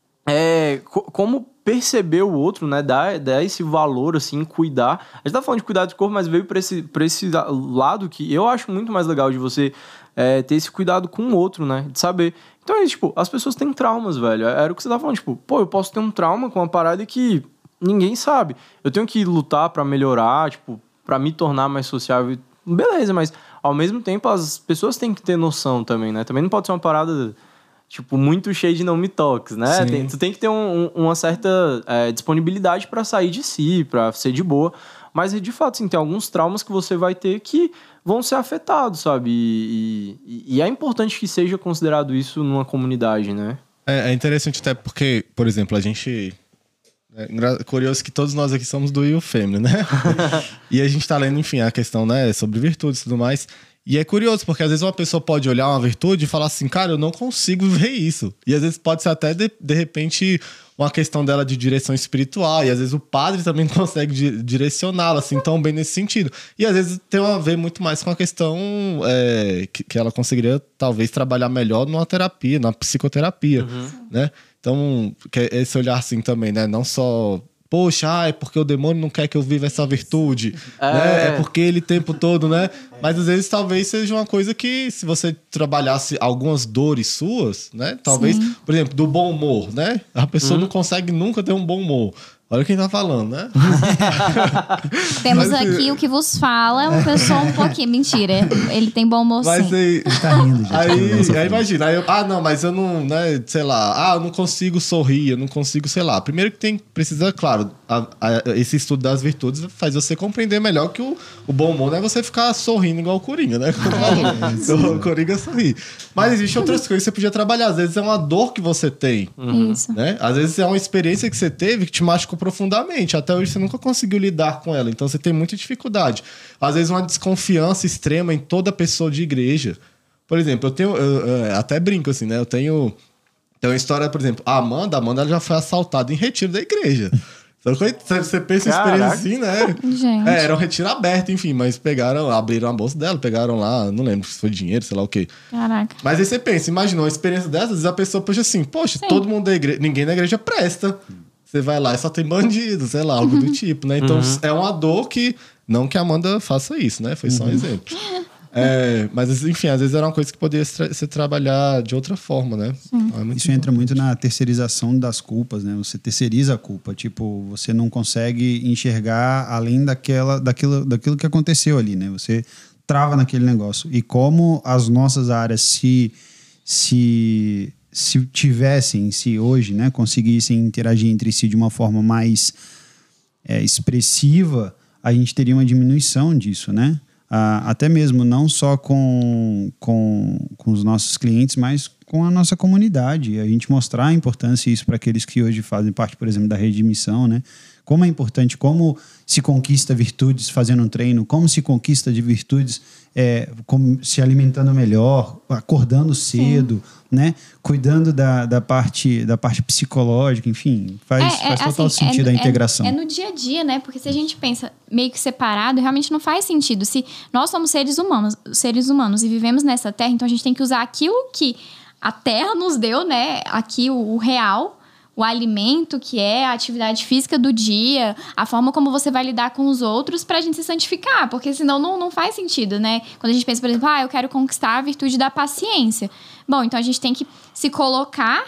É, co- como perceber o outro, né? Dar, dar esse valor, assim, cuidar. A gente tá falando de cuidar do corpo, mas veio pra esse, pra esse lado que eu acho muito mais legal de você é, ter esse cuidado com o outro, né? De saber. Então é isso, tipo, as pessoas têm traumas, velho. Era o que você tá falando, tipo, pô, eu posso ter um trauma com uma parada que... Ninguém sabe. Eu tenho que lutar pra melhorar, tipo, pra me tornar mais sociável. Beleza, mas ao mesmo tempo as pessoas têm que ter noção também, né? Também não pode ser uma parada, tipo, muito cheia de não me toques, né? Tem, tu tem que ter um, um, uma certa é, disponibilidade pra sair de si, pra ser de boa. Mas, de fato, assim, tem alguns traumas que você vai ter que vão ser afetados, sabe? E, e, e é importante que seja considerado isso numa comunidade, né? É, é interessante até porque, por exemplo, a gente... É curioso que todos nós aqui somos do You Family, né? E a gente tá lendo, enfim, a questão, né, sobre virtudes e tudo mais. E é curioso, porque às vezes uma pessoa pode olhar uma virtude e falar assim, cara, eu não consigo ver isso. E às vezes pode ser até, de, de repente, uma questão dela de direção espiritual. E às vezes o padre também não consegue di- direcioná-la assim tão bem nesse sentido. E às vezes tem a ver muito mais com a questão é, que, que ela conseguiria talvez trabalhar melhor numa terapia, numa psicoterapia, uhum. né? Então, esse olhar assim também, né? Não só... Poxa, ah, é porque o demônio não quer que eu viva essa virtude, é. né? É porque ele o tempo todo, né? Mas às vezes talvez seja uma coisa que, se você trabalhasse algumas dores suas, né? Talvez, Sim. por exemplo, do bom humor, né? A pessoa hum. não consegue nunca ter um bom humor. Olha quem tá falando, né? Temos Mas, aqui o que vos fala, é uma pessoa um pouquinho... Mentira, ele tem bom humor mas sim. Aí, tá rindo, gente. Aí, aí imagina, aí eu, ah, não, mas eu não, né, sei lá, ah, eu não consigo sorrir, eu não consigo, sei lá. Primeiro que tem, precisa, claro, a, a, esse estudo das virtudes faz você compreender melhor que o, o bom humor não é você ficar sorrindo igual o Coringa, né? É, o Coringa sorri. Mas existem outras coisas que você podia trabalhar. Às vezes é uma dor que você tem. Uhum. Isso. Né? Às vezes é uma experiência que você teve que te machucou profundamente. Até hoje você nunca conseguiu lidar com ela. Então você tem muita dificuldade. Às vezes uma desconfiança extrema em toda pessoa de igreja. Por exemplo, eu tenho... Eu, eu, até brinco assim, né? Eu tenho... Tem uma história, por exemplo, a Amanda, a Amanda já foi assaltada em retiro da igreja. Você pensa em experiência assim, né? Gente. É, era um retiro aberto, enfim, mas pegaram, abriram a bolsa dela, pegaram lá, não lembro se foi dinheiro, sei lá o quê. Caraca. Mas aí você pensa, imagina uma experiência dessas, às vezes a pessoa pensa assim, poxa, Sim. todo mundo da igreja, ninguém na igreja presta. Você vai lá e só tem bandido, sei lá, algo uhum. do tipo, né? Então uhum. é uma dor que, não que a Amanda faça isso, né? Foi só um uhum. exemplo. É, mas, enfim, às vezes era uma coisa que poderia se, tra- se trabalhar de outra forma, né? É Isso importante. Entra muito na terceirização das culpas, né? Você terceiriza a culpa. Tipo, você não consegue enxergar além daquela, daquilo, daquilo que aconteceu ali, né? Você trava naquele negócio. E como as nossas áreas se, se, se tivessem, se hoje, né, conseguissem interagir entre si de uma forma mais é, expressiva, a gente teria uma diminuição disso, né? Uh, até mesmo não só com, com, com os nossos clientes, mas com a nossa comunidade. A gente mostrar a importância disso para aqueles que hoje fazem parte, por exemplo, da rede de missão, né? Como é importante, como se conquista virtudes fazendo um treino, como se conquista de virtudes é, como, se alimentando melhor, acordando cedo, né? Cuidando da, da, parte, da parte psicológica, enfim, faz, é, faz é, total assim, sentido é, a integração. É, é no dia a dia, né? Porque se a gente pensa meio que separado, realmente não faz sentido. Se nós somos seres humanos, seres humanos e vivemos nessa terra, então a gente tem que usar aquilo que a terra nos deu, né? Aqui o, o real, o alimento, que é a atividade física do dia, a forma como você vai lidar com os outros pra gente se santificar, porque senão não, não faz sentido, né? Quando a gente pensa, por exemplo, ah, eu quero conquistar a virtude da paciência. Bom, então a gente tem que se colocar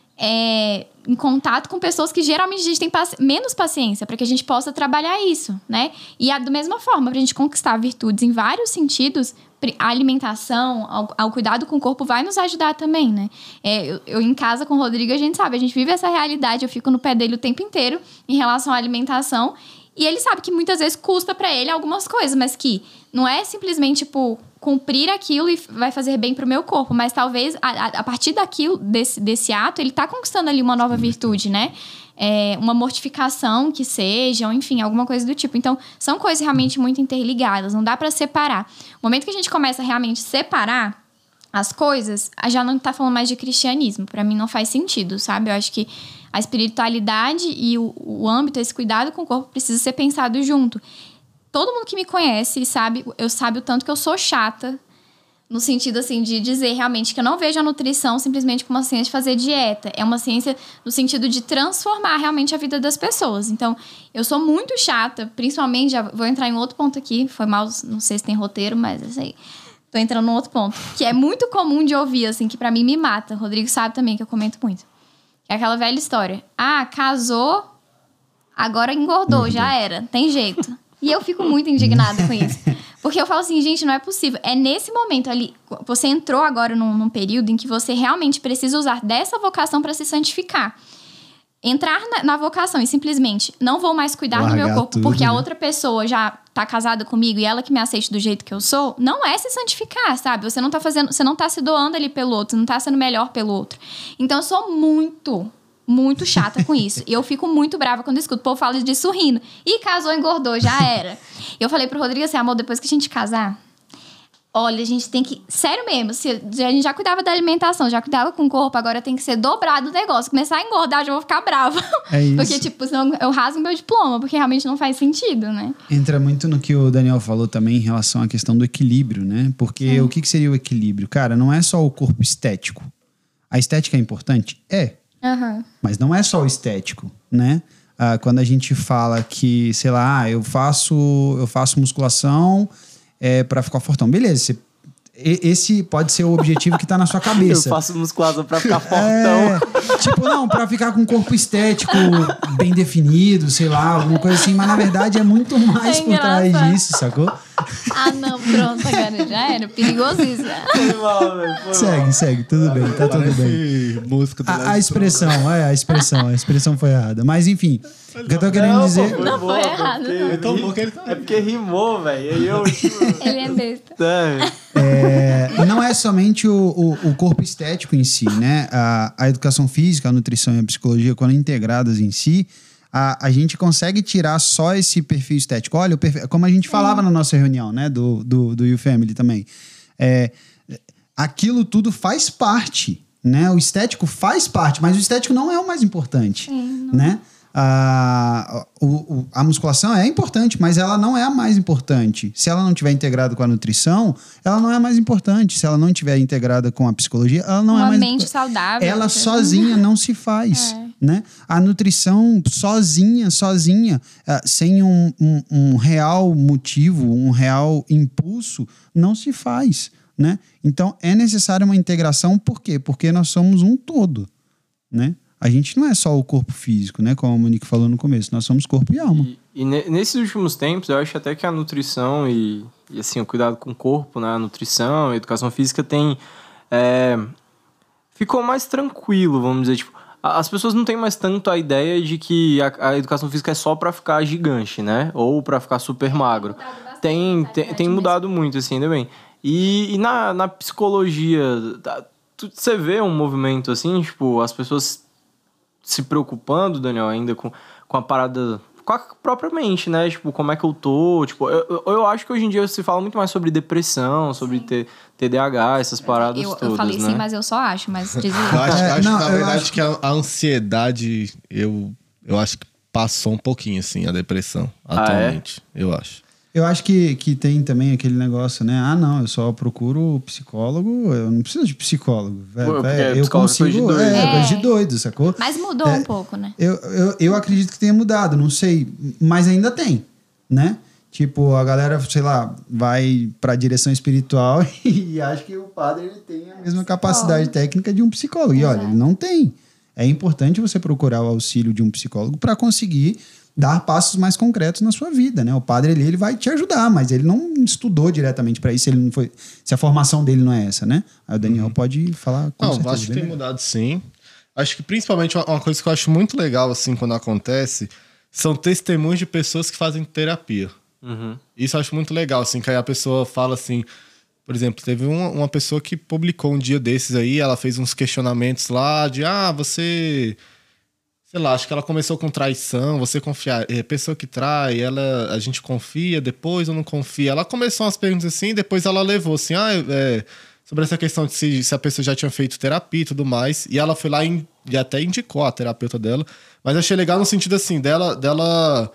é, em contato com pessoas que geralmente a gente tem paci- menos paciência, para que a gente possa trabalhar isso, né? E a, da mesma forma, pra gente conquistar virtudes em vários sentidos, a alimentação, ao, ao cuidado com o corpo vai nos ajudar também, né? É, eu, eu em casa com o Rodrigo, a gente sabe, a gente vive essa realidade, eu fico no pé dele o tempo inteiro em relação à alimentação, e ele sabe que muitas vezes custa pra ele algumas coisas, mas que não é simplesmente, tipo, cumprir aquilo e vai fazer bem pro meu corpo, mas talvez a, a, a partir daquilo, desse, desse ato, ele tá conquistando ali uma nova virtude, né? É, uma mortificação que seja, ou enfim, alguma coisa do tipo. Então, são coisas realmente muito interligadas, não dá pra separar. No momento que a gente começa a realmente separar as coisas, já não tá falando mais de cristianismo. Pra mim não faz sentido, sabe? Eu acho que a espiritualidade e o, o âmbito, esse cuidado com o corpo precisa ser pensado junto. Todo mundo que me conhece sabe, eu sabe o tanto que eu sou chata, no sentido, assim, de dizer realmente que eu não vejo a nutrição simplesmente como uma ciência de fazer dieta. É uma ciência no sentido de transformar realmente a vida das pessoas. Então, eu sou muito chata, principalmente, já vou entrar em outro ponto aqui, foi mal, não sei se tem roteiro, mas eu sei. Tô entrando num outro ponto, que é muito comum de ouvir, assim, que pra mim me mata. O Rodrigo sabe também que eu comento muito. É aquela velha história. Ah, casou, agora engordou, uhum. já era, tem jeito. E eu fico muito indignada com isso. Porque eu falo assim, gente, não é possível. É nesse momento ali, você entrou agora num, num período em que você realmente precisa usar dessa vocação para se santificar. entrar na, na vocação e simplesmente não vou mais cuidar Largar do meu corpo tudo, porque a né? outra pessoa já tá casada comigo e ela que me aceite do jeito que eu sou, não é se santificar, sabe? Você não tá fazendo, você não tá se doando ali pelo outro, não tá sendo melhor pelo outro. Então eu sou muito, muito chata com isso. E eu fico muito brava quando eu escuto o povo fala disso rindo. Ih, casou, engordou, já era. Eu falei pro Rodrigo assim, amor, depois que a gente casar, olha, a gente tem que... Sério mesmo, se a gente já cuidava da alimentação, já cuidava com o corpo, agora tem que ser dobrado o negócio. Começar a engordar, já vou ficar brava. É isso. Porque, tipo, senão eu rasgo meu diploma, porque realmente não faz sentido, né? Entra muito no que o Daniel falou também em relação à questão do equilíbrio, né? Porque Sim. o que, que seria o equilíbrio? Cara, não é só o corpo estético. A estética é importante? É. Aham. Mas não é só o estético, né? Ah, quando a gente fala que, sei lá, eu faço, eu faço musculação é, para ficar fortão. Beleza, você, esse pode ser o objetivo que tá na sua cabeça. Eu faço musculação pra ficar fortão. É, tipo, não, pra ficar com um corpo estético bem definido, sei lá, alguma coisa assim. Mas na verdade é muito mais É por trás engraçado. disso, sacou? Ah, não, pronto, agora já era. Perigosíssimo. Foi mal, velho. Foi mal. Segue, segue, tudo bem, tá tudo bem. Parece música do A, Led a expressão, é, a expressão, a expressão foi errada. Mas enfim, o que eu tô querendo Não, dizer... pô, foi Não boa, foi pô, errado, porque não. É tão ri- bom que ele tá- É porque rimou, velho. E aí eu, tipo... Ele é besta. é, É, não é somente o, o, o corpo estético em si, né? A, a educação física, a nutrição e a psicologia, quando integradas em si, a, a gente consegue tirar só esse perfil estético. Olha, o perfil, como a gente falava na nossa reunião, né? Do, do, do You Family também. É, aquilo tudo faz parte, né? O estético faz parte, mas o estético não é o mais importante, né? A, o, o- a musculação é importante, mas ela não é a mais importante. Se ela não tiver integrada com a nutrição, ela não é a mais importante. Se ela não tiver integrada com a psicologia, ela não é Uma mais mente importante. saudável. Ela você- sozinha não se faz, né? A nutrição sozinha, sozinha, ah, sem um, um- um real motivo, um real impulso, não se faz, né? Então, é necessária uma integração, por quê? Porque nós somos um todo, né? A gente não é só o corpo físico, né? Como a Monique falou no começo, nós somos corpo e alma. E, e ne- nesses últimos tempos, eu acho até que a nutrição e, e assim, o cuidado com o corpo, né? A nutrição, a educação física tem... é, ficou mais tranquilo, vamos dizer. Tipo, a- as pessoas não têm mais tanto a ideia de que a, a educação física é só pra ficar gigante, né? Ou pra ficar super magro. Tem, tem, tem mudado muito, assim, ainda bem. E, e na, na psicologia, tá- tu- você vê um movimento assim, tipo, as pessoas se preocupando, Daniel, ainda com, com a parada, com a própria mente, né? Tipo, como é que eu tô? Tipo, eu, eu, eu acho que hoje em dia se fala muito mais sobre depressão, sobre T, T D A H, essas paradas Eu, todas, eu falei né? sim, mas eu só acho, mas diz Eu aí. acho, É, acho não, que, na eu verdade, acho- que a, a ansiedade, eu, eu acho que passou um pouquinho, assim, a depressão, Ah, é? atualmente. Eu acho. Eu acho que, que tem também aquele negócio, né? Ah, não, eu só procuro psicólogo, eu não preciso de psicólogo. Vé- Pô, vé, porque eu psicólogo é coisa de consigo. doido. É, É. coisa de doido, sacou? Mas mudou um pouco, né? Eu, eu, eu acredito que tenha mudado, não sei, mas ainda tem, né? Tipo, a galera, sei lá, vai pra direção espiritual e acha que o padre ele tem a mesma capacidade técnica de um psicólogo. E olha, ele não tem. É importante você procurar o auxílio de um psicólogo para conseguir dar passos mais concretos na sua vida, né? O padre ali, ele vai te ajudar, mas ele não estudou diretamente para isso, ele não foi, se a formação dele não é essa, né? Aí o Daniel pode falar com Não, certeza. acho que bem tem melhor. mudado sim. Acho que principalmente uma uma coisa que eu acho muito legal, assim, quando acontece, são testemunhos de pessoas que fazem terapia. Uhum. Isso eu acho muito legal, assim, que aí a pessoa fala assim... Por exemplo, teve uma, uma pessoa que publicou um dia desses aí, ela fez uns questionamentos lá de, ah, você... Sei lá, acho que ela começou com traição, você confiar... É, pessoa que trai, ela, a gente confia depois ou não confia? Ela começou umas perguntas assim, depois ela levou assim, ah, é, sobre essa questão de se, se a pessoa já tinha feito terapia e tudo mais, e ela foi lá e, e até indicou a terapeuta dela, mas eu achei legal no sentido assim, dela... dela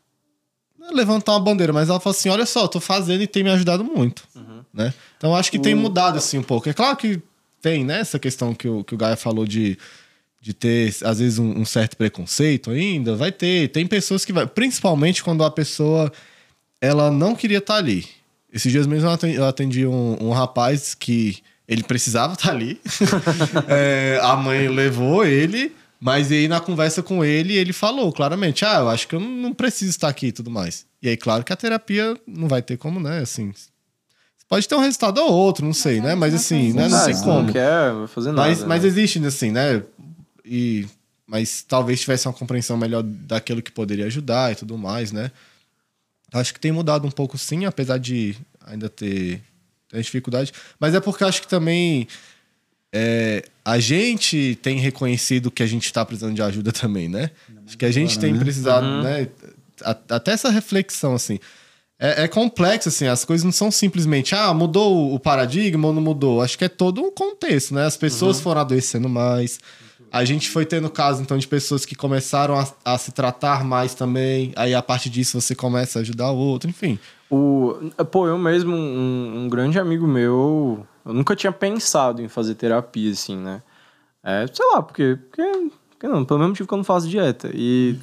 não é levantar uma bandeira, mas ela falou assim, olha só, eu tô fazendo e tem me ajudado muito, né? Então eu acho que tem mudado assim um pouco. É claro que tem, né, essa questão que o, que o Gaia falou de, de ter, às vezes, um, um certo preconceito ainda, vai ter. Tem pessoas que vai, principalmente quando a pessoa, ela não queria estar ali. Esses dias mesmo eu atendi, eu atendi um, um rapaz que ele precisava estar ali. É, a mãe levou ele... Mas aí na conversa com ele, ele falou claramente, ah, eu acho que eu não preciso estar aqui e tudo mais. E aí, claro que a terapia não vai ter como, né, assim... Pode ter um resultado ou outro, não sei, né? Mas assim, né, não Ah, sei se como. não quer, vai fazer nada. Mas, mas né? existe, assim, né? E mas talvez tivesse uma compreensão melhor daquilo que poderia ajudar e tudo mais, né? Acho que tem mudado um pouco sim, apesar de ainda ter, ter dificuldade. Mas é porque acho que também é, a gente tem reconhecido que a gente está precisando de ajuda também, né? Acho que a gente tem precisado, uhum. né? Até essa reflexão, assim. É, é complexo, assim, as coisas não são simplesmente, ah, mudou o paradigma ou não mudou. Acho que é todo um contexto, né? As pessoas uhum. foram adoecendo mais. A gente foi tendo casos, então, de pessoas que começaram a, a se tratar mais também. Aí, a partir disso, você começa a ajudar o outro, enfim. O, pô, eu mesmo, um, um grande amigo meu, eu nunca tinha pensado em fazer terapia, assim, né? É, sei lá, porque... porque... Não, pelo mesmo motivo que eu não faço dieta. E.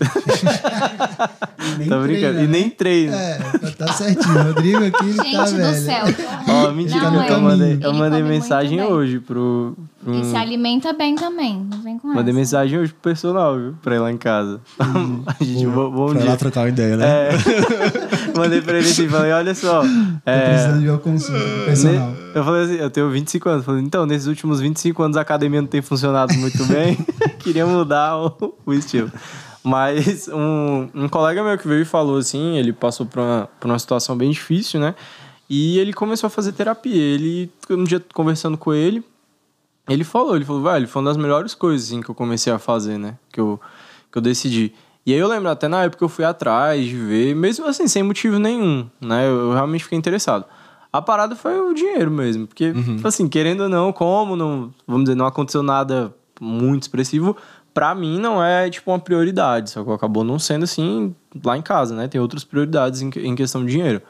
e nem tá brincando? Treina, e né? nem treino. É, tá certinho. O Rodrigo aqui, ele Gente tá do velho. céu. Ó, oh, mentira, não, eu mandei, eu ele mandei come mensagem muito bem. hoje pro. pro E se alimenta bem também. Não vem com essa. Mandei mensagem hoje pro personal, viu? Pra ir lá em casa. Hum, a gente, bom, bom pra dia. lá trocar uma ideia, né? É. Mandei pra ele assim, falei, olha só. É, tô precisando de uma consulta pro personal. Eu falei assim, eu tenho vinte e cinco anos. Falei, então, nesses últimos vinte e cinco anos a academia não tem funcionado muito bem. Queria mudar o, o estilo. Mas um, um colega meu que veio e falou assim, ele passou por uma, por uma situação bem difícil, né? E ele começou a fazer terapia. Ele, um dia conversando com ele, ele falou, ele falou, velho, foi uma das melhores coisas assim, que eu comecei a fazer, né? Que eu, que eu decidi. E aí eu lembro, até na época eu fui atrás de ver, mesmo assim, sem motivo nenhum, né? Eu, eu realmente fiquei interessado. A parada foi o dinheiro mesmo, porque, uhum. assim, querendo ou não, como, não, vamos dizer, não aconteceu nada muito expressivo, pra mim não é, tipo, uma prioridade, só que acabou não sendo assim lá em casa, né? Tem outras prioridades em, em questão de dinheiro.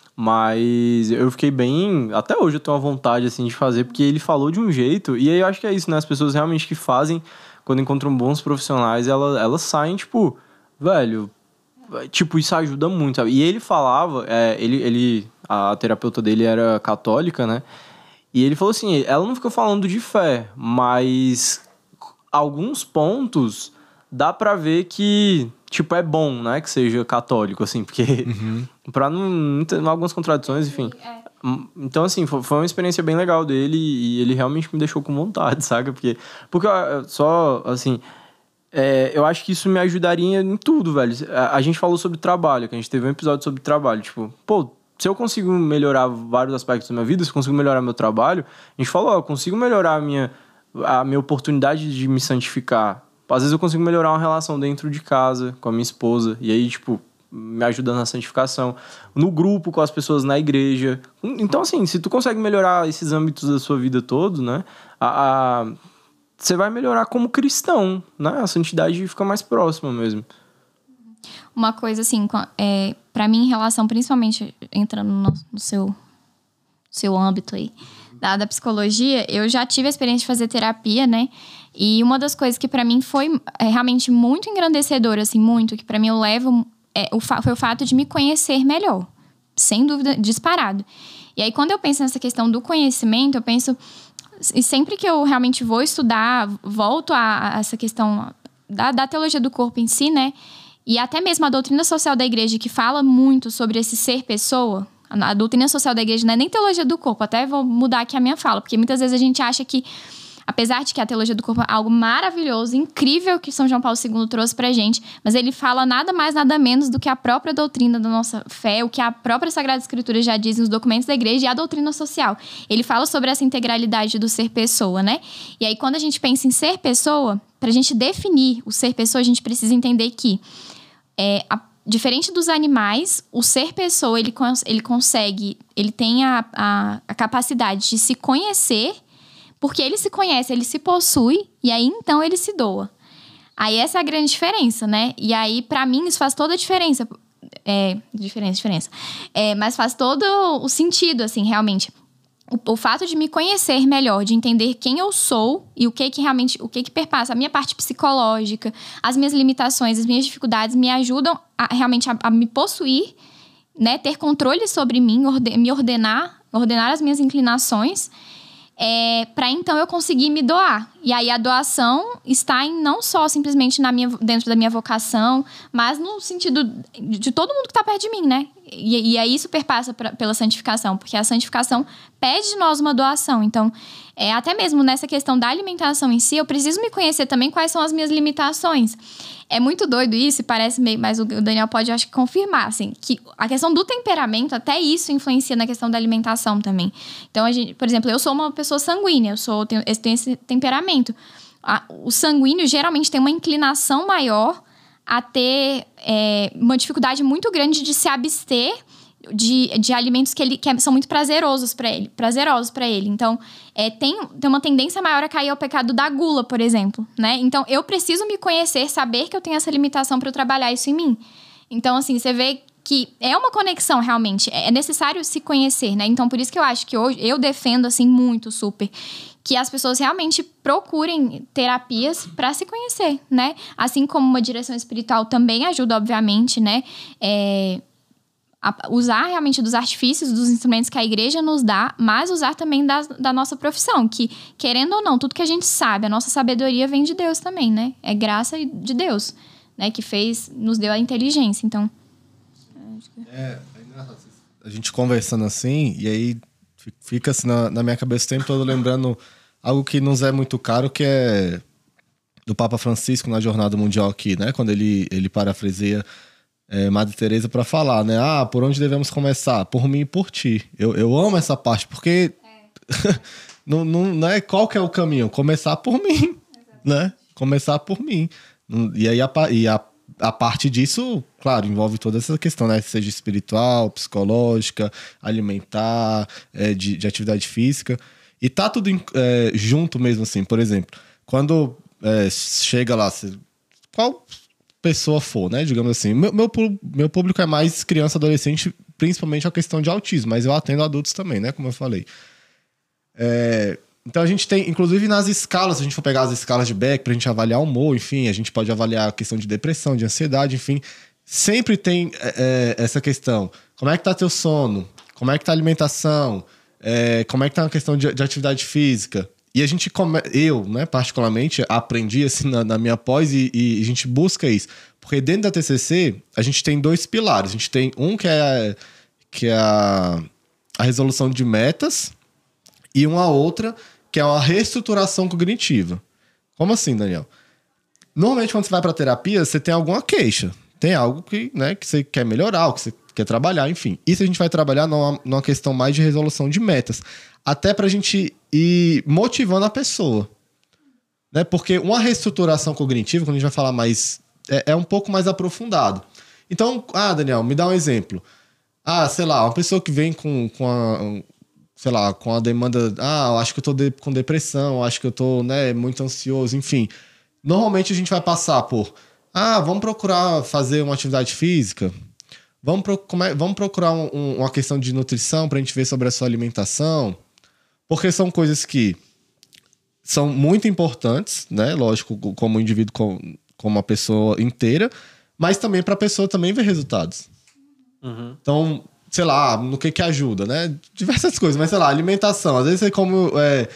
Mas eu fiquei bem... Até hoje eu tenho uma vontade, assim, de fazer, porque ele falou de um jeito, e aí eu acho que é isso, né? As pessoas realmente que fazem, quando encontram bons profissionais, elas, elas saem, tipo, velho... Tipo, isso ajuda muito, sabe? E ele falava, é, ele, ele, a terapeuta dele era católica, né? E ele falou assim, ela não fica falando de fé, mas alguns pontos dá pra ver que, tipo, é bom, né? Que seja católico, assim, porque uhum. pra não, não ter algumas contradições, enfim. Então, assim, foi, foi uma experiência bem legal dele e ele realmente me deixou com vontade, sabe? Porque, porque só, assim... É, eu acho que isso me ajudaria em tudo, velho. A, a gente falou sobre trabalho, que a gente teve um episódio sobre trabalho. Tipo, pô, se eu consigo melhorar vários aspectos da minha vida, se eu consigo melhorar meu trabalho, a gente falou, ó, eu consigo melhorar a minha, a minha oportunidade de me santificar. Às vezes eu consigo melhorar uma relação dentro de casa, com a minha esposa, e aí, tipo, me ajudando na santificação. No grupo, com as pessoas na igreja. Então, assim, se tu consegue melhorar esses âmbitos da sua vida todo, né, a... a você vai melhorar como cristão, né? A santidade fica mais próxima mesmo. Uma coisa assim, é, pra mim, em relação, principalmente entrando no, no seu, seu âmbito aí, da, da psicologia, eu já tive a experiência de fazer terapia, né? E uma das coisas que pra mim foi é, realmente muito engrandecedora, assim, muito, que pra mim eu levo, é, o, foi o fato de me conhecer melhor. Sem dúvida, disparado. E aí, quando eu penso nessa questão do conhecimento, eu penso... E sempre que eu realmente vou estudar, volto a, a essa questão da, da teologia do corpo em si, né? E até mesmo a doutrina social da igreja, que fala muito sobre esse ser pessoa. A, a doutrina social da igreja não é nem teologia do corpo. Até vou mudar aqui a minha fala, porque muitas vezes a gente acha que, apesar de que a teologia do corpo é algo maravilhoso, incrível que São João Paulo segundo trouxe pra gente, mas ele fala nada mais, nada menos do que a própria doutrina da nossa fé, o que a própria Sagrada Escritura já diz nos documentos da igreja e a doutrina social. Ele fala sobre essa integralidade do ser pessoa, né? E aí, quando a gente pensa em ser pessoa, pra gente definir o ser pessoa, a gente precisa entender que, é, a, diferente dos animais, o ser pessoa, ele, cons- ele consegue, ele tem a, a, a capacidade de se conhecer. Porque ele se conhece, ele se possui, e aí então ele se doa. Aí essa é a grande diferença, né? E aí, pra mim, isso faz toda a diferença. É, diferença, diferença. É, mas faz todo o sentido, assim, realmente. O, o fato de me conhecer melhor, de entender quem eu sou e o que que realmente, o que que perpassa a minha parte psicológica, as minhas limitações, as minhas dificuldades, me ajudam a, realmente a, a me possuir, né? Ter controle sobre mim, orde, me ordenar, ordenar as minhas inclinações... É, para então eu conseguir me doar. E aí a doação está em não só simplesmente na minha, dentro da minha vocação, mas no sentido de todo mundo que está perto de mim, né? E, e aí isso perpassa pra, pela santificação, porque a santificação pede de nós uma doação. Então, é, até mesmo nessa questão da alimentação em si, eu preciso me conhecer também quais são as minhas limitações. É muito doido isso, e parece meio... Mas o Daniel pode, acho que, confirmar, assim, que a questão do temperamento, até isso influencia na questão da alimentação também. Então, a gente, por exemplo, eu sou uma pessoa sanguínea, eu, sou, tenho, eu tenho esse temperamento. A, o sanguíneo geralmente tem uma inclinação maior a ter é, uma dificuldade muito grande de se abster de, de alimentos que, ele, que são muito prazerosos para ele, prazerosos para ele. Então, é, tem, tem uma tendência maior a cair ao pecado da gula, por exemplo, né? Então, eu preciso me conhecer, saber que eu tenho essa limitação para eu trabalhar isso em mim. Então, assim, você vê que é uma conexão, realmente. É necessário se conhecer, né? Então, por isso que eu acho que hoje eu defendo, assim, muito, super, que as pessoas realmente procurem terapias para se conhecer, né? Assim como uma direção espiritual também ajuda, obviamente, né? É... usar realmente dos artifícios, dos instrumentos que a igreja nos dá, mas usar também da, da nossa profissão, que, querendo ou não, tudo que a gente sabe, a nossa sabedoria vem de Deus também, né? É graça de Deus, né? Que fez, nos deu a inteligência, então... É, é engraçado. A gente conversando assim, e aí fica assim na, na minha cabeça o tempo todo lembrando algo que nos é muito caro, que é do Papa Francisco na Jornada Mundial aqui, né? Quando ele, ele parafraseia É, Madre Teresa para falar, né? Ah, por onde devemos começar? Por mim e por ti. Eu, eu amo essa parte, porque é. não, não, não é qual que é o caminho. Começar por mim, né? Começar por mim. E aí a, e a, a parte disso, claro, envolve toda essa questão, né? Seja espiritual, psicológica, alimentar, é, de, de atividade física. E tá tudo é, junto mesmo, assim. Por exemplo, quando é, chega lá, qual... pessoa for, né? Digamos assim. Meu, meu, meu público é mais criança, adolescente, principalmente a questão de autismo, mas eu atendo adultos também, né? Como eu falei. É, então a gente tem, inclusive nas escalas, se a gente for pegar as escalas de Beck pra gente avaliar o humor, enfim, a gente pode avaliar a questão de depressão, de ansiedade, enfim. Sempre tem é, essa questão. Como é que tá teu sono? Como é que tá a alimentação? É, como é que tá a questão de, de atividade física? E a gente, come... eu, né, particularmente, aprendi assim na, na minha pós e, e a gente busca isso. Porque dentro da T C C, a gente tem dois pilares. A gente tem um que é, que é a, a resolução de metas e uma outra que é uma reestruturação cognitiva. Como assim, Daniel? Normalmente, quando você vai para terapia, você tem alguma queixa. Tem algo que, né, que você quer melhorar, que você quer trabalhar, enfim. Isso a gente vai trabalhar numa, numa questão mais de resolução de metas. Até pra gente ir motivando a pessoa. Né? Porque uma reestruturação cognitiva, quando a gente vai falar mais... É, é um pouco mais aprofundado. Então, ah, Daniel, me dá um exemplo. Ah, sei lá, uma pessoa que vem com, com a... Sei lá, com a demanda... Ah, eu acho que eu tô de, com depressão, eu acho que eu tô, né, muito ansioso, enfim. Normalmente a gente vai passar por... Ah, vamos procurar fazer uma atividade física... Vamos, pro, como é, vamos procurar um, um, uma questão de nutrição pra gente ver sobre a sua alimentação. Porque são coisas que são muito importantes, né? Lógico, como indivíduo, como, como uma pessoa inteira. Mas também pra pessoa também ver resultados. Uhum. Então, sei lá, no que que ajuda, né? Diversas coisas. Mas, sei lá, alimentação. Às vezes você come... É,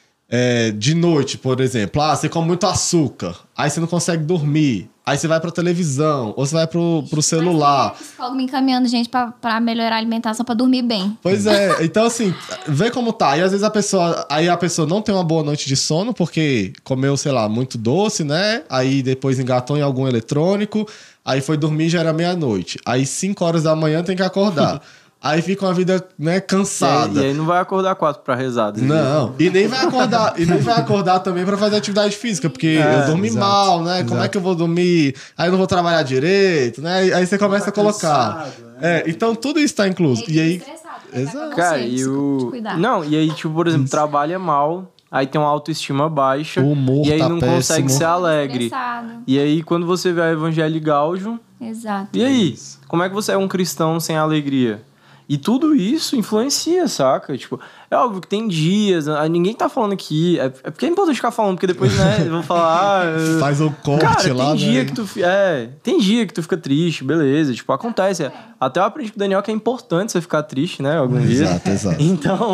é, de noite, por exemplo. Ah, você come muito açúcar. Aí você não consegue dormir. Aí você vai pra televisão, ou você vai pro, pro celular. Mas psicólogo me encaminhando, gente, pra, pra melhorar a alimentação, pra dormir bem. Pois é, então assim, vê como tá. E às vezes a pessoa, aí a pessoa não tem uma boa noite de sono, porque comeu, sei lá, muito doce, né? Aí depois engatou em algum eletrônico, aí foi dormir já era meia-noite. Aí cinco horas da manhã tem que acordar. Aí fica uma vida, né, cansada. E aí, e aí não vai acordar quatro pra rezar. Não, e nem vai acordar, e nem vai acordar também pra fazer atividade física, porque é, eu dormi exato, mal, né? Exato. Como é que eu vou dormir? Aí eu não vou trabalhar direito, né? Aí você começa a colocar. Cansado, né? É, então tudo isso tá incluso. E, e aí, exato. Cara, e o não, e aí tipo, por exemplo, isso. Trabalha mal, aí tem uma autoestima baixa, o humor e aí tá não péssimo. Consegue ser alegre. E aí quando você vê a Evangelho Gáudio, exato. E aí, como é que você é um cristão sem alegria? E tudo isso influencia, saca? Tipo, é óbvio que tem dias, ninguém tá falando aqui. É, é porque é importante ficar falando, porque depois, né, eu vou falar. Ah, faz o corte cara, lá, tem dia né? que tu. É, tem dia que tu fica triste, beleza. Tipo, acontece. Até eu aprendi com o Daniel que é importante você ficar triste, né? Algum dia. Exato, exato. Então,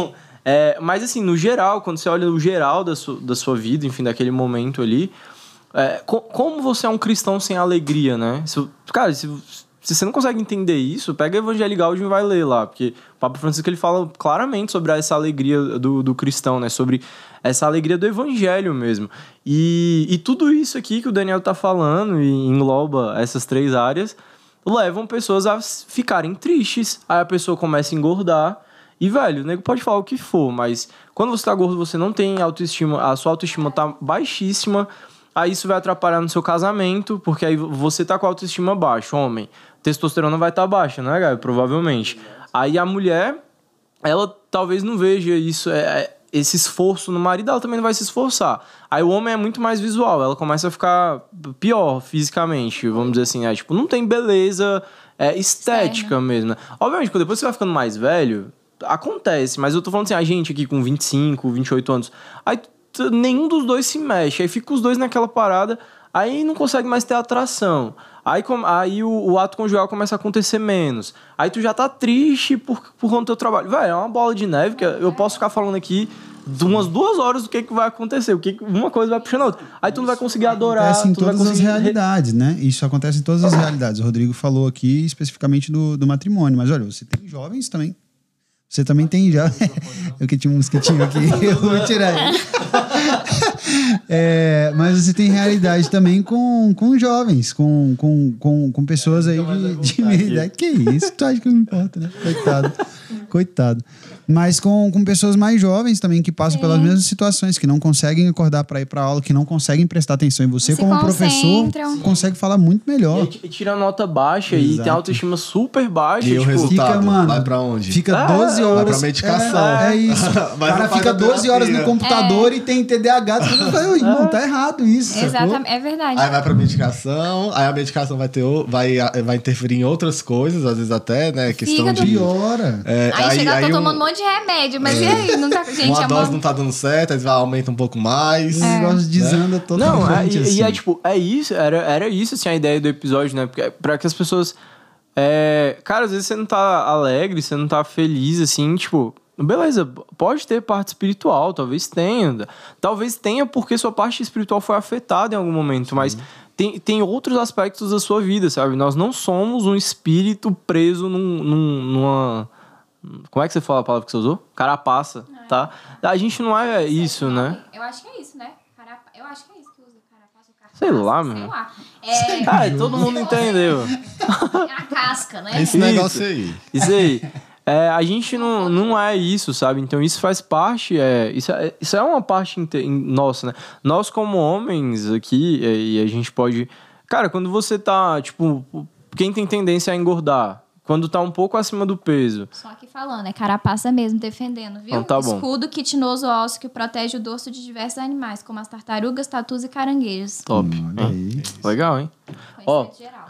É, mas assim, no geral, quando você olha no geral da, su, da sua vida, enfim, daquele momento ali, é, co, como você é um cristão sem alegria, né? Se, cara, se, se você não consegue entender isso, pega o Evangelho Gaudium e vai ler lá, porque o Papa Francisco ele fala claramente sobre essa alegria do, do cristão, né? Sobre essa alegria do Evangelho mesmo. E, e tudo isso aqui que o Daniel tá falando e engloba essas três áreas, levam pessoas a ficarem tristes. Aí a pessoa começa a engordar. E, velho, o nego pode falar o que for, mas quando você tá gordo, você não tem autoestima, a sua autoestima tá baixíssima, aí isso vai atrapalhar no seu casamento, porque aí você tá com a autoestima baixa, homem. Testosterona vai estar tá baixa, né, Gabi? Provavelmente. Aí a mulher, ela talvez não veja isso, é, esse esforço no marido, ela também não vai se esforçar. Aí o homem é muito mais visual, ela começa a ficar pior fisicamente, vamos dizer assim, é, tipo, não tem beleza é, estética Externa. mesmo, né? Obviamente, quando depois você vai ficando mais velho, acontece, mas eu tô falando assim, a gente aqui com vinte e cinco, vinte e oito anos, aí t- nenhum dos dois se mexe, aí fica os dois naquela parada, aí não consegue mais ter atração, aí, com, aí o, o ato conjugal começa a acontecer menos, aí tu já tá triste por, por conta do teu trabalho, velho, é uma bola de neve que eu posso ficar falando aqui de umas duas horas do que, que vai acontecer, o que uma coisa vai puxando a outra, aí tu não vai conseguir adorar, acontece em tu não todas vai conseguir... as realidades, né? Isso acontece em todas as realidades. O Rodrigo falou aqui especificamente do, do matrimônio, mas olha, você tem jovens também. Você também tem já. Eu que tinha um mosquitinho aqui, eu vou tirar ele. É, mas você tem realidade também com, com jovens, com, com, com, com pessoas aí de, de meia idade. Que isso? Tu acha que não importa, né? Coitado. Coitado. Mas com, com pessoas mais jovens também, que passam é. pelas mesmas situações, que não conseguem acordar para ir para aula, que não conseguem prestar atenção em você, como professor, consegue falar muito melhor. E tira nota baixa Exato. e tem autoestima super baixa. E tipo, o resultado fica, mano, vai pra onde? Fica doze horas. Vai pra medicação. É, é isso. O cara fica doze horas no computador é. e tem T D A H. Fala, irmão, é. tá errado isso. Exatamente, é verdade. Aí vai pra medicação, aí a medicação vai, ter, vai, vai interferir em outras coisas, às vezes até, né? Questão fica de... Piora. É, aí, aí chega, aí, tô aí tomando um monte de remédio, mas é. e aí? Não tá, gente, uma é dose uma... não tá dando certo, aí vai aumenta um pouco mais. O é. negócio desanda né? totalmente. Não, é, e, assim. e é tipo, é isso, era, era isso assim, a ideia do episódio, né? Porque, pra que as pessoas. É, cara, às vezes você não tá alegre, você não tá feliz, assim, tipo. Beleza, pode ter parte espiritual, talvez tenha. Talvez tenha porque sua parte espiritual foi afetada em algum momento, Sim. mas tem, tem outros aspectos da sua vida, sabe? Nós não somos um espírito preso num, num, numa... Como é que você fala a palavra que você usou? Carapaça, é. tá? A gente não é isso, né? Eu acho que é isso, né? Carapa... Eu acho que é isso que usa, carapaça ou carapaça. Sei lá, meu. Sei lá. É... Ah, todo mundo entendeu. É a casca, né? Esse negócio aí. Isso aí. É, a gente não, não é isso, sabe? Então isso faz parte, é, isso, é, isso é uma parte inte- nossa, né? Nós como homens aqui, é, e a gente pode... Cara, quando você tá, tipo... Quem tem tendência a engordar? Quando tá um pouco acima do peso. Só aqui falando, é carapaça mesmo, defendendo, viu? Então, tá bom. Escudo quitinoso ósseo que protege o dorso de diversos animais, como as tartarugas, tatus e caranguejos. Top. Hum, hein? Legal, hein? Ó. Geral.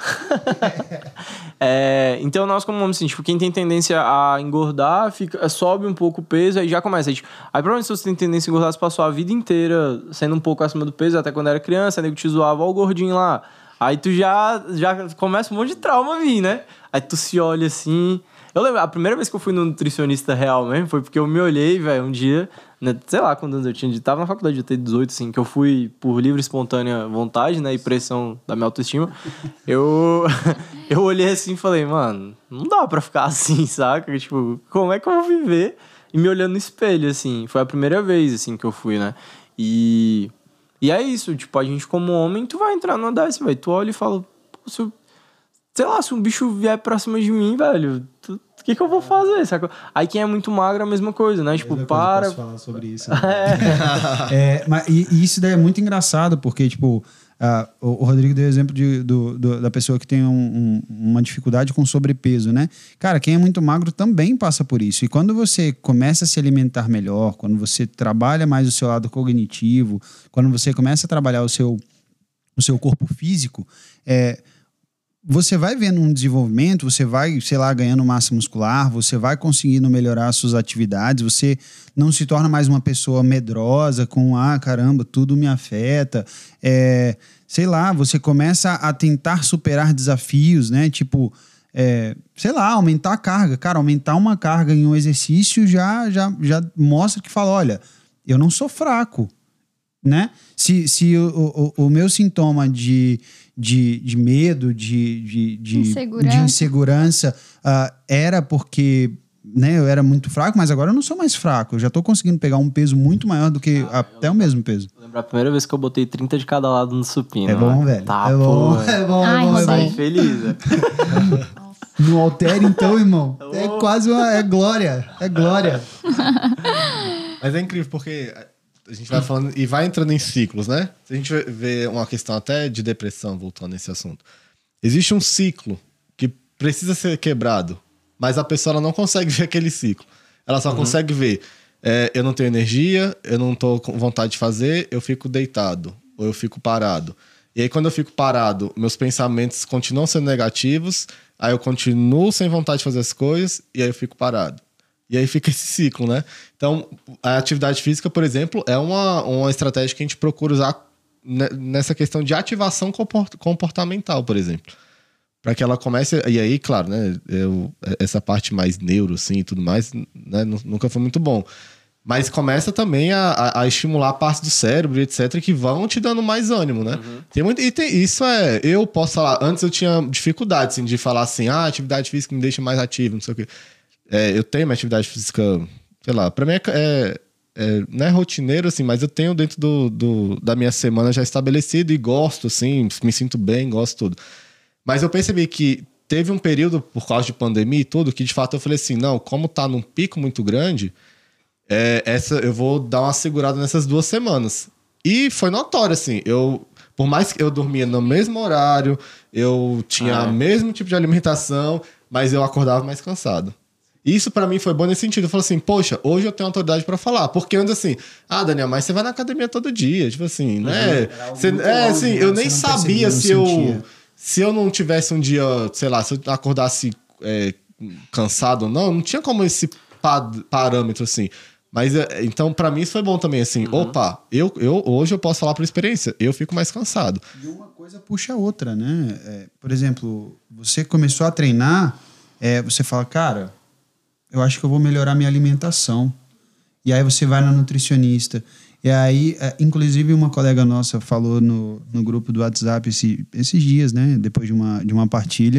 é, então, nós como homens, assim, tipo, quem tem tendência a engordar, fica, sobe um pouco o peso, aí já começa. Aí, tipo, aí provavelmente se você tem tendência a engordar, você passou a vida inteira sendo um pouco acima do peso, até quando era criança, aí nego te zoava, ó o gordinho lá. Aí tu já, já começa um monte de trauma a vir, né? Aí tu se olha assim... Eu lembro, a primeira vez que eu fui no nutricionista real mesmo foi porque eu me olhei, velho, um dia... Né, sei lá quando eu tinha... Tava na faculdade, eu tinha dezoito, assim, que eu fui por livre e espontânea vontade, né? E pressão da minha autoestima. Eu... eu olhei assim e falei, mano, não dá pra ficar assim, saca? Tipo, como é que eu vou viver? E me olhando no espelho, assim. Foi a primeira vez, assim, que eu fui, né? E... E é isso, tipo, a gente como homem, tu vai entrar numa dessa, velho. Tu olha e fala, se eu, sei lá, se um bicho vier pra cima de mim, velho, o que que eu vou fazer, saca? Aí quem é muito magro é a mesma coisa, né? Tipo, para... Eu posso falar sobre isso. Né? é. é, mas, e, e isso daí é muito engraçado, porque, tipo, uh, o, o Rodrigo deu exemplo de, do, do, da pessoa que tem um, um, uma dificuldade com sobrepeso, né? Cara, quem é muito magro também passa por isso. E quando você começa a se alimentar melhor, quando você trabalha mais o seu lado cognitivo, quando você começa a trabalhar o seu, o seu corpo físico, é... você vai vendo um desenvolvimento, você vai, sei lá, ganhando massa muscular, você vai conseguindo melhorar as suas atividades, você não se torna mais uma pessoa medrosa com, ah, caramba, tudo me afeta. É, sei lá, você começa a tentar superar desafios, né? Tipo, é, sei lá, aumentar a carga. Cara, aumentar uma carga em um exercício já, já, já mostra que fala, olha, eu não sou fraco, né? Se, se o, o, o meu sintoma de, de, de medo, de, de, de insegurança, de insegurança uh, era porque... Né, eu era muito fraco, mas agora eu não sou mais fraco. Eu já tô conseguindo pegar um peso muito maior do que ah, até o mesmo peso. Lembra a primeira vez que eu botei trinta de cada lado no supino. É bom, velho. Tá, é, bom, é bom, é Ai, bom, é bom. Sai feliz. Né? No halter, então, irmão, é quase uma... É glória. É glória. Mas é incrível, porque a gente vai falando e vai entrando em ciclos, né? Se a gente vê uma questão até de depressão, voltando nesse assunto. Existe um ciclo que precisa ser quebrado. Mas a pessoa ela não consegue ver aquele ciclo. Ela só uhum. consegue ver. É, eu não tenho energia, eu não tô com vontade de fazer, eu fico deitado. Ou eu fico parado. E aí, quando eu fico parado, meus pensamentos continuam sendo negativos. Aí eu continuo sem vontade de fazer as coisas. E aí eu fico parado. E aí fica esse ciclo, né? Então, a atividade física, por exemplo, é uma, uma estratégia que a gente procura usar nessa questão de ativação comportamental, por exemplo. Para que ela comece... E aí, claro, né? Eu, essa parte mais neuro, assim, e tudo mais, né, nunca foi muito bom. Mas começa também a, a, a estimular partes do cérebro, etcétera, que vão te dando mais ânimo, né? Uhum. Tem muito, e tem, isso é... Eu posso falar... Antes eu tinha dificuldade, assim, de falar assim... Ah, atividade física me deixa mais ativo, não sei o quê. É, eu tenho uma atividade física... Sei lá, pra mim é... é É, não é rotineiro, assim, mas eu tenho dentro do, do, da minha semana já estabelecido e gosto, assim, me sinto bem, gosto tudo. Mas eu percebi que teve um período, por causa de pandemia e tudo, que de fato eu falei assim, não, como tá num pico muito grande, é, essa, eu vou dar uma segurada nessas duas semanas. E foi notório, assim, eu, por mais que eu dormia no mesmo horário, eu tinha ah, é. o mesmo tipo de alimentação, mas eu acordava mais cansado. Isso pra mim foi bom nesse sentido. Eu falei assim, poxa, hoje eu tenho autoridade pra falar. Porque antes assim, ah, Daniel, mas você vai na academia todo dia. Tipo assim, né? Você, é, assim, eu nem sabia se eu, se eu não tivesse um dia, sei lá, se eu acordasse é, cansado ou não, não tinha como esse parâmetro, assim. Mas, então, pra mim isso foi bom também, assim. Uhum. Opa, eu, eu, hoje eu posso falar por experiência. Eu fico mais cansado. E uma coisa puxa a outra, né? É, por exemplo, você começou a treinar, é, você fala, cara... eu acho que eu vou melhorar minha alimentação. E aí você vai na nutricionista. E aí, inclusive, uma colega nossa falou no, no grupo do WhatsApp esse, esses dias, né? Depois de uma, de uma partilha,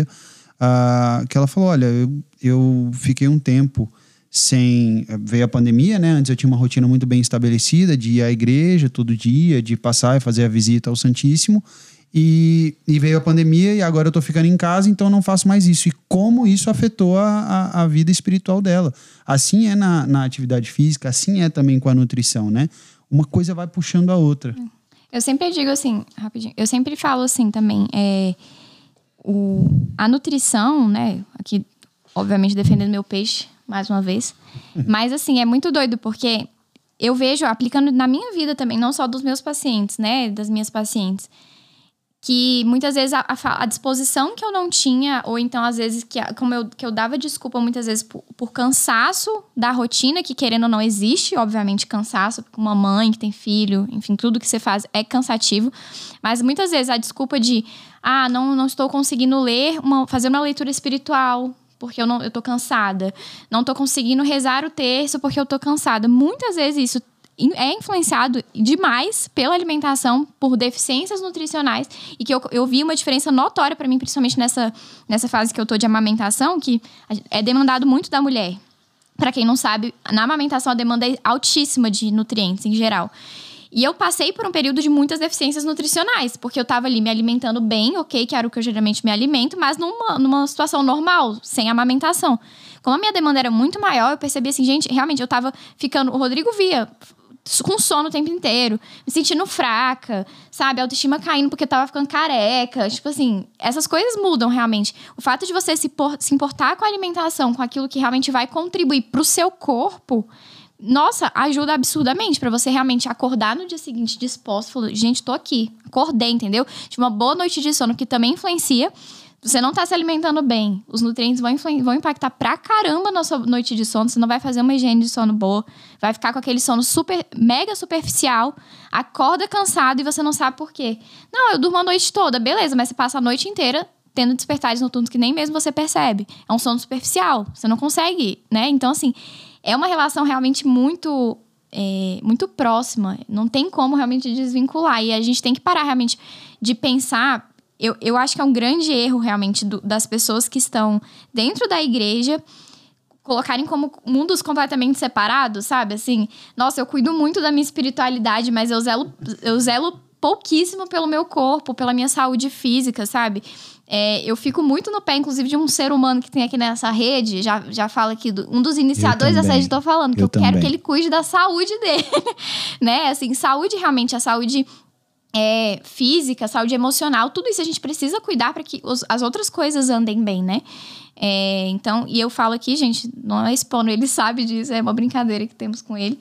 uh, que ela falou, olha, eu, eu fiquei um tempo sem... Veio a pandemia, né? Antes eu tinha uma rotina muito bem estabelecida de ir à igreja todo dia, de passar e fazer a visita ao Santíssimo. E, e veio a pandemia e agora eu tô ficando em casa, então eu não faço mais isso. E como isso afetou a, a, a vida espiritual dela. Assim é na, na atividade física, assim é também com a nutrição, né? Uma coisa vai puxando a outra. Eu sempre digo assim, rapidinho, eu sempre falo assim também, é, o, a nutrição, né, aqui obviamente defendendo meu peixe, mais uma vez, mas assim, é muito doido porque eu vejo aplicando na minha vida também, não só dos meus pacientes, né, das minhas pacientes, que muitas vezes a, a, a disposição que eu não tinha, ou então às vezes que, como eu, que eu dava desculpa muitas vezes por, por cansaço da rotina, que querendo ou não existe, obviamente cansaço, porque uma mãe que tem filho, enfim, tudo que você faz é cansativo, mas muitas vezes a desculpa de, ah, não, não estou conseguindo ler, uma, fazer uma leitura espiritual, porque eu, não, eu tô cansada, não tô conseguindo rezar o terço porque eu tô cansada, muitas vezes isso é influenciado demais pela alimentação, por deficiências nutricionais, e que eu, eu vi uma diferença notória para mim, principalmente nessa, nessa fase que eu tô de amamentação, que é demandado muito da mulher. Para quem não sabe, na amamentação a demanda é altíssima de nutrientes em geral. E eu passei por um período de muitas deficiências nutricionais, porque eu tava ali me alimentando bem, ok, que era o que eu geralmente me alimento, mas numa, numa situação normal, sem amamentação. Como a minha demanda era muito maior, eu percebi assim, gente, realmente eu tava ficando... O Rodrigo via... com sono o tempo inteiro, me sentindo fraca, sabe? A autoestima caindo porque eu tava ficando careca. Tipo assim, essas coisas mudam realmente. O fato de você se, por, se importar com a alimentação, com aquilo que realmente vai contribuir pro seu corpo, nossa, ajuda absurdamente pra você realmente acordar no dia seguinte disposto, falando, gente, tô aqui, acordei, entendeu? Tive uma boa noite de sono, que também influencia. Você não tá se alimentando bem, os nutrientes vão, influ- vão impactar pra caramba na sua noite de sono, você não vai fazer uma higiene de sono boa, vai ficar com aquele sono super, mega superficial, acorda cansado e você não sabe por quê. Não, eu durmo a noite toda, beleza, mas você passa a noite inteira tendo despertares noturnos que nem mesmo você percebe. É um sono superficial, você não consegue, né? Então, assim, é uma relação realmente muito, é, muito próxima. Não tem como realmente desvincular. E a gente tem que parar realmente de pensar... Eu, eu acho que é um grande erro, realmente, do, das pessoas que estão dentro da igreja colocarem como mundos completamente separados, sabe? Assim, nossa, eu cuido muito da minha espiritualidade, mas eu zelo, eu zelo pouquíssimo pelo meu corpo, pela minha saúde física, sabe? É, eu fico muito no pé, inclusive, de um ser humano que tem aqui nessa rede, já, já fala aqui, do, um dos iniciadores dessa rede, tô falando, que eu, eu quero que ele cuide da saúde dele, né? Assim, saúde, realmente, a saúde... É, física, saúde emocional, tudo isso a gente precisa cuidar para que os, as outras coisas andem bem, né? É, então, e eu falo aqui, gente, não é expondo, ele sabe disso, é uma brincadeira que temos com ele,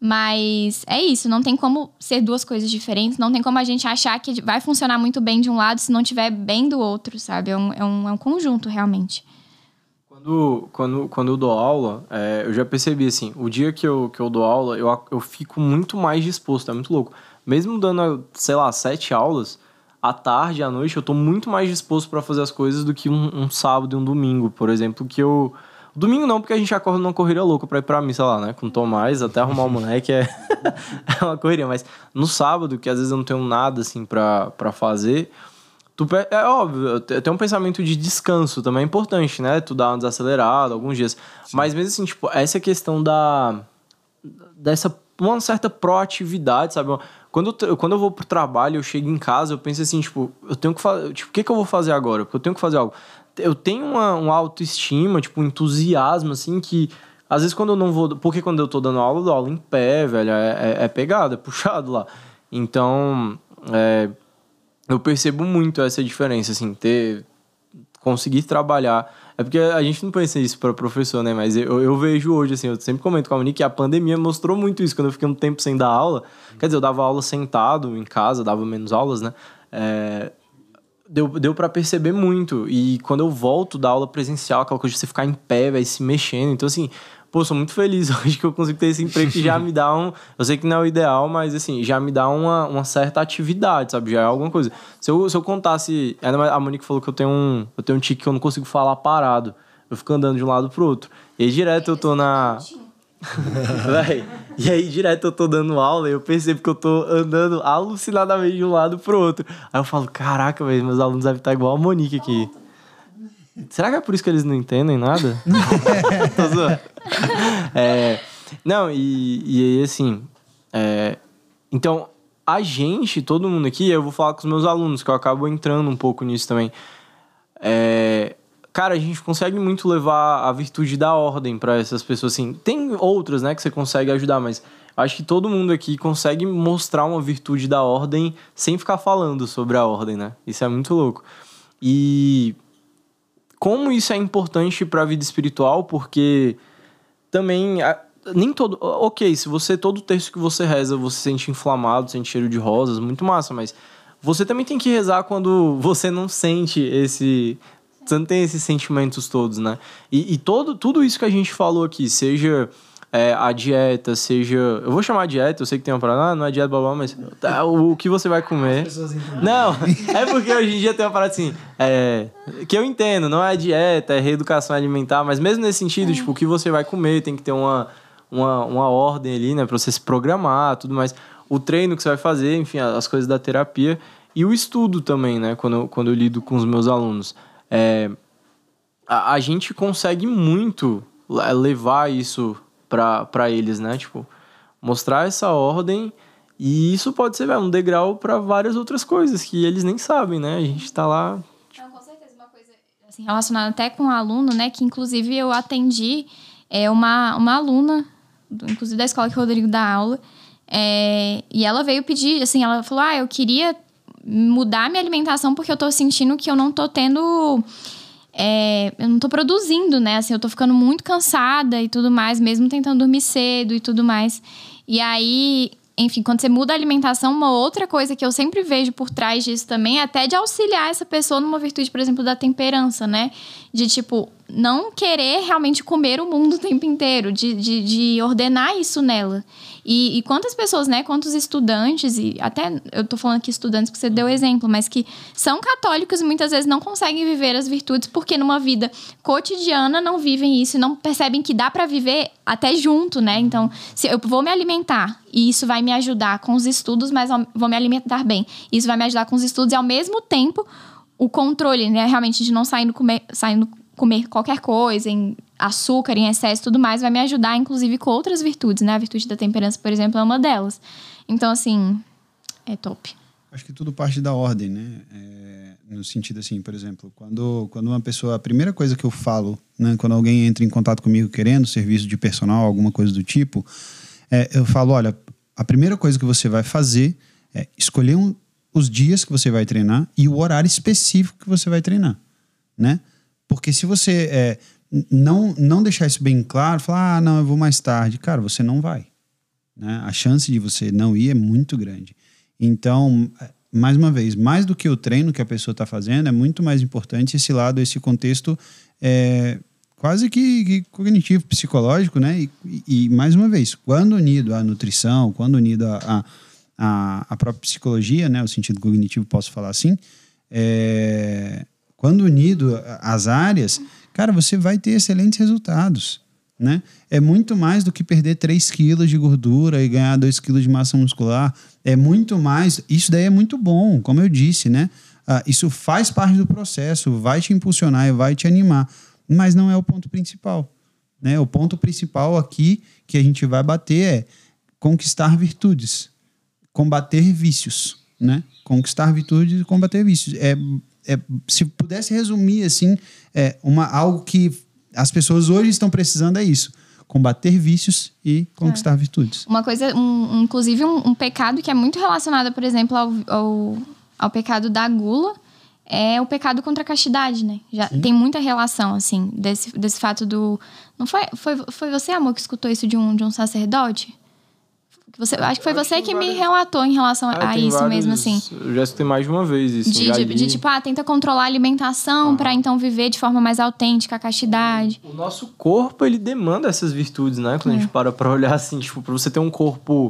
mas é isso, não tem como ser duas coisas diferentes, não tem como a gente achar que vai funcionar muito bem de um lado se não tiver bem do outro, sabe? É um, é um, é um conjunto, realmente. Quando, quando, quando eu dou aula, é, eu já percebi, assim, o dia que eu, que eu dou aula, eu, eu fico muito mais disposto, é muito louco. Mesmo dando, sei lá, sete aulas, à tarde, à noite, eu tô muito mais disposto para fazer as coisas do que um, um sábado e um domingo, por exemplo, que eu... Domingo não, porque a gente acorda numa correria louca pra ir pra missa lá, né? Com o Tomás, até arrumar o moleque é... é uma correria. Mas no sábado, que às vezes eu não tenho nada, assim, pra, pra fazer... Tu, é óbvio, tem um pensamento de descanso também é importante, né? Tu dá uma desacelerada alguns dias. Sim. Mas mesmo assim, tipo, essa questão da... Dessa... Uma certa proatividade, sabe? Quando eu, quando eu vou pro trabalho, eu chego em casa, eu penso assim, tipo, eu tenho que fazer... Tipo, o que que eu vou fazer agora? Porque eu tenho que fazer algo. Eu tenho uma, uma autoestima, tipo, um entusiasmo, assim, que... Às vezes quando eu não vou... Porque quando eu tô dando aula, eu dou aula em pé, velho. É, é, é pegado, é puxado lá. Então, é, eu percebo muito essa diferença, assim, ter... Conseguir trabalhar... É porque a gente não pensa isso para professor, né? Mas eu, eu vejo hoje, assim, eu sempre comento com a Monique que a pandemia mostrou muito isso. Quando eu fiquei um tempo sem dar aula, quer dizer, eu dava aula sentado em casa, dava menos aulas, né? É, deu deu para perceber muito. E quando eu volto da aula presencial, aquela coisa de você ficar em pé, véio, se mexendo. Então, assim, pô, sou muito feliz hoje que eu consigo ter esse emprego que já me dá um... Eu sei que não é o ideal, mas, assim, já me dá uma, uma certa atividade, sabe? Já é alguma coisa. Se eu, se eu contasse... A Monique falou que eu tenho um, eu tenho um tique que eu não consigo falar parado. Eu fico andando de um lado pro outro. E aí, direto, eu tô na... Véi, e aí, direto, eu tô dando aula e eu percebo que eu tô andando alucinadamente de um lado pro outro. Aí eu falo, caraca, velho, meus alunos devem estar igual a Monique aqui. Será que é por isso que eles não entendem nada? Tô zoando. É, não, e, e aí, assim... É, então, a gente, todo mundo aqui, eu vou falar com os meus alunos, que eu acabo entrando um pouco nisso também. É, cara, a gente consegue muito levar a virtude da ordem pra essas pessoas, assim. Tem outras, né, que você consegue ajudar, mas... Acho que todo mundo aqui consegue mostrar uma virtude da ordem sem ficar falando sobre a ordem, né? Isso é muito louco. E... Como isso é importante para a vida espiritual, porque também, nem todo... Ok, se você, todo terço que você reza, você sente inflamado, sente cheiro de rosas, muito massa, mas você também tem que rezar quando você não sente esse... Você não tem esses sentimentos todos, né? E, e todo, tudo isso que a gente falou aqui, seja... É, a dieta, seja... Eu vou chamar dieta, eu sei que tem uma parada, ah, não é dieta, blá, blá, mas tá, o, o que você vai comer... Não, é porque hoje em dia tem uma parada assim, é, que eu entendo, não é dieta, é reeducação alimentar, mas mesmo nesse sentido, é. tipo, o que você vai comer tem que ter uma, uma, uma ordem ali, né, pra você se programar, tudo mais. O treino que você vai fazer, enfim, as coisas da terapia e o estudo também, né, quando eu, quando eu lido com os meus alunos. É, a, a gente consegue muito levar isso... Pra, pra eles, né? Tipo, mostrar essa ordem e isso pode ser véio, um degrau pra várias outras coisas que eles nem sabem, né? A gente tá lá... Tipo... Não, com certeza, uma coisa assim, relacionada até com o aluno, né? Que inclusive eu atendi é, uma, uma aluna, inclusive da escola que o Rodrigo dá aula, é, e ela veio pedir, assim, ela falou, ah, eu queria mudar minha alimentação porque eu tô sentindo que eu não tô tendo... É, eu não tô produzindo, né? Assim, eu tô ficando muito cansada e tudo mais, mesmo tentando dormir cedo e tudo mais. E aí, enfim, quando você muda a alimentação, uma outra coisa que eu sempre vejo por trás disso também é até de auxiliar essa pessoa numa virtude, por exemplo, da temperança, né? De tipo, não querer realmente comer o mundo o tempo inteiro, de, de, de ordenar isso nela. E, e quantas pessoas, né, quantos estudantes, e até eu tô falando aqui estudantes porque você deu exemplo, mas que são católicos e muitas vezes não conseguem viver as virtudes porque numa vida cotidiana não vivem isso e não percebem que dá para viver até junto, né? Então, se eu vou me alimentar e isso vai me ajudar com os estudos, mas vou me alimentar bem. Isso vai me ajudar com os estudos e ao mesmo tempo o controle, né, realmente de não saindo comer, saindo comer qualquer coisa, em açúcar, em excesso e tudo mais, vai me ajudar, inclusive, com outras virtudes, né? A virtude da temperança, por exemplo, é uma delas. Então, assim, é top. Acho que tudo parte da ordem, né? É, no sentido assim, por exemplo, quando, quando uma pessoa... A primeira coisa que eu falo, né? Quando alguém entra em contato comigo querendo serviço de personal, alguma coisa do tipo, é, eu falo, olha, a primeira coisa que você vai fazer é escolher um, os dias que você vai treinar e o horário específico que você vai treinar, né? Porque se você é, não, não deixar isso bem claro, falar, ah, não, eu vou mais tarde, cara, você não vai, né? A chance de você não ir é muito grande. Então, mais uma vez, mais do que o treino que a pessoa está fazendo, é muito mais importante esse lado, esse contexto é, quase que, que cognitivo, psicológico, né? E, e, e, mais uma vez, quando unido à nutrição, quando unido à a, a, a própria psicologia, né? O sentido cognitivo, posso falar assim, é... Quando unido às áreas, cara, você vai ter excelentes resultados, né? É muito mais do que perder três quilos de gordura e ganhar dois quilos de massa muscular. É muito mais... Isso daí é muito bom, como eu disse, né? Ah, isso faz parte do processo, vai te impulsionar e vai te animar. Mas não é o ponto principal, né? O ponto principal aqui que a gente vai bater é conquistar virtudes, combater vícios, né? Conquistar virtudes e combater vícios. É... É, se pudesse resumir assim, é, uma, algo que as pessoas hoje estão precisando é isso: combater vícios e conquistar é. virtudes. Uma coisa, um, inclusive um, um pecado que é muito relacionado, por exemplo, ao, ao, ao pecado da gula, é o pecado contra a castidade, né? Já tem muita relação, assim, desse, desse fato do... Não foi, foi, foi você, amor, que escutou isso de um, de um sacerdote? Você, acho que foi você que, que vários... me relatou em relação ah, a isso vários... mesmo, assim. Eu já escutei mais de uma vez isso. De, de, de tipo, ah, tenta controlar a alimentação uhum. para então viver de forma mais autêntica a castidade. O nosso corpo, ele demanda essas virtudes, né? Quando é. a gente para pra olhar assim, tipo, pra você ter um corpo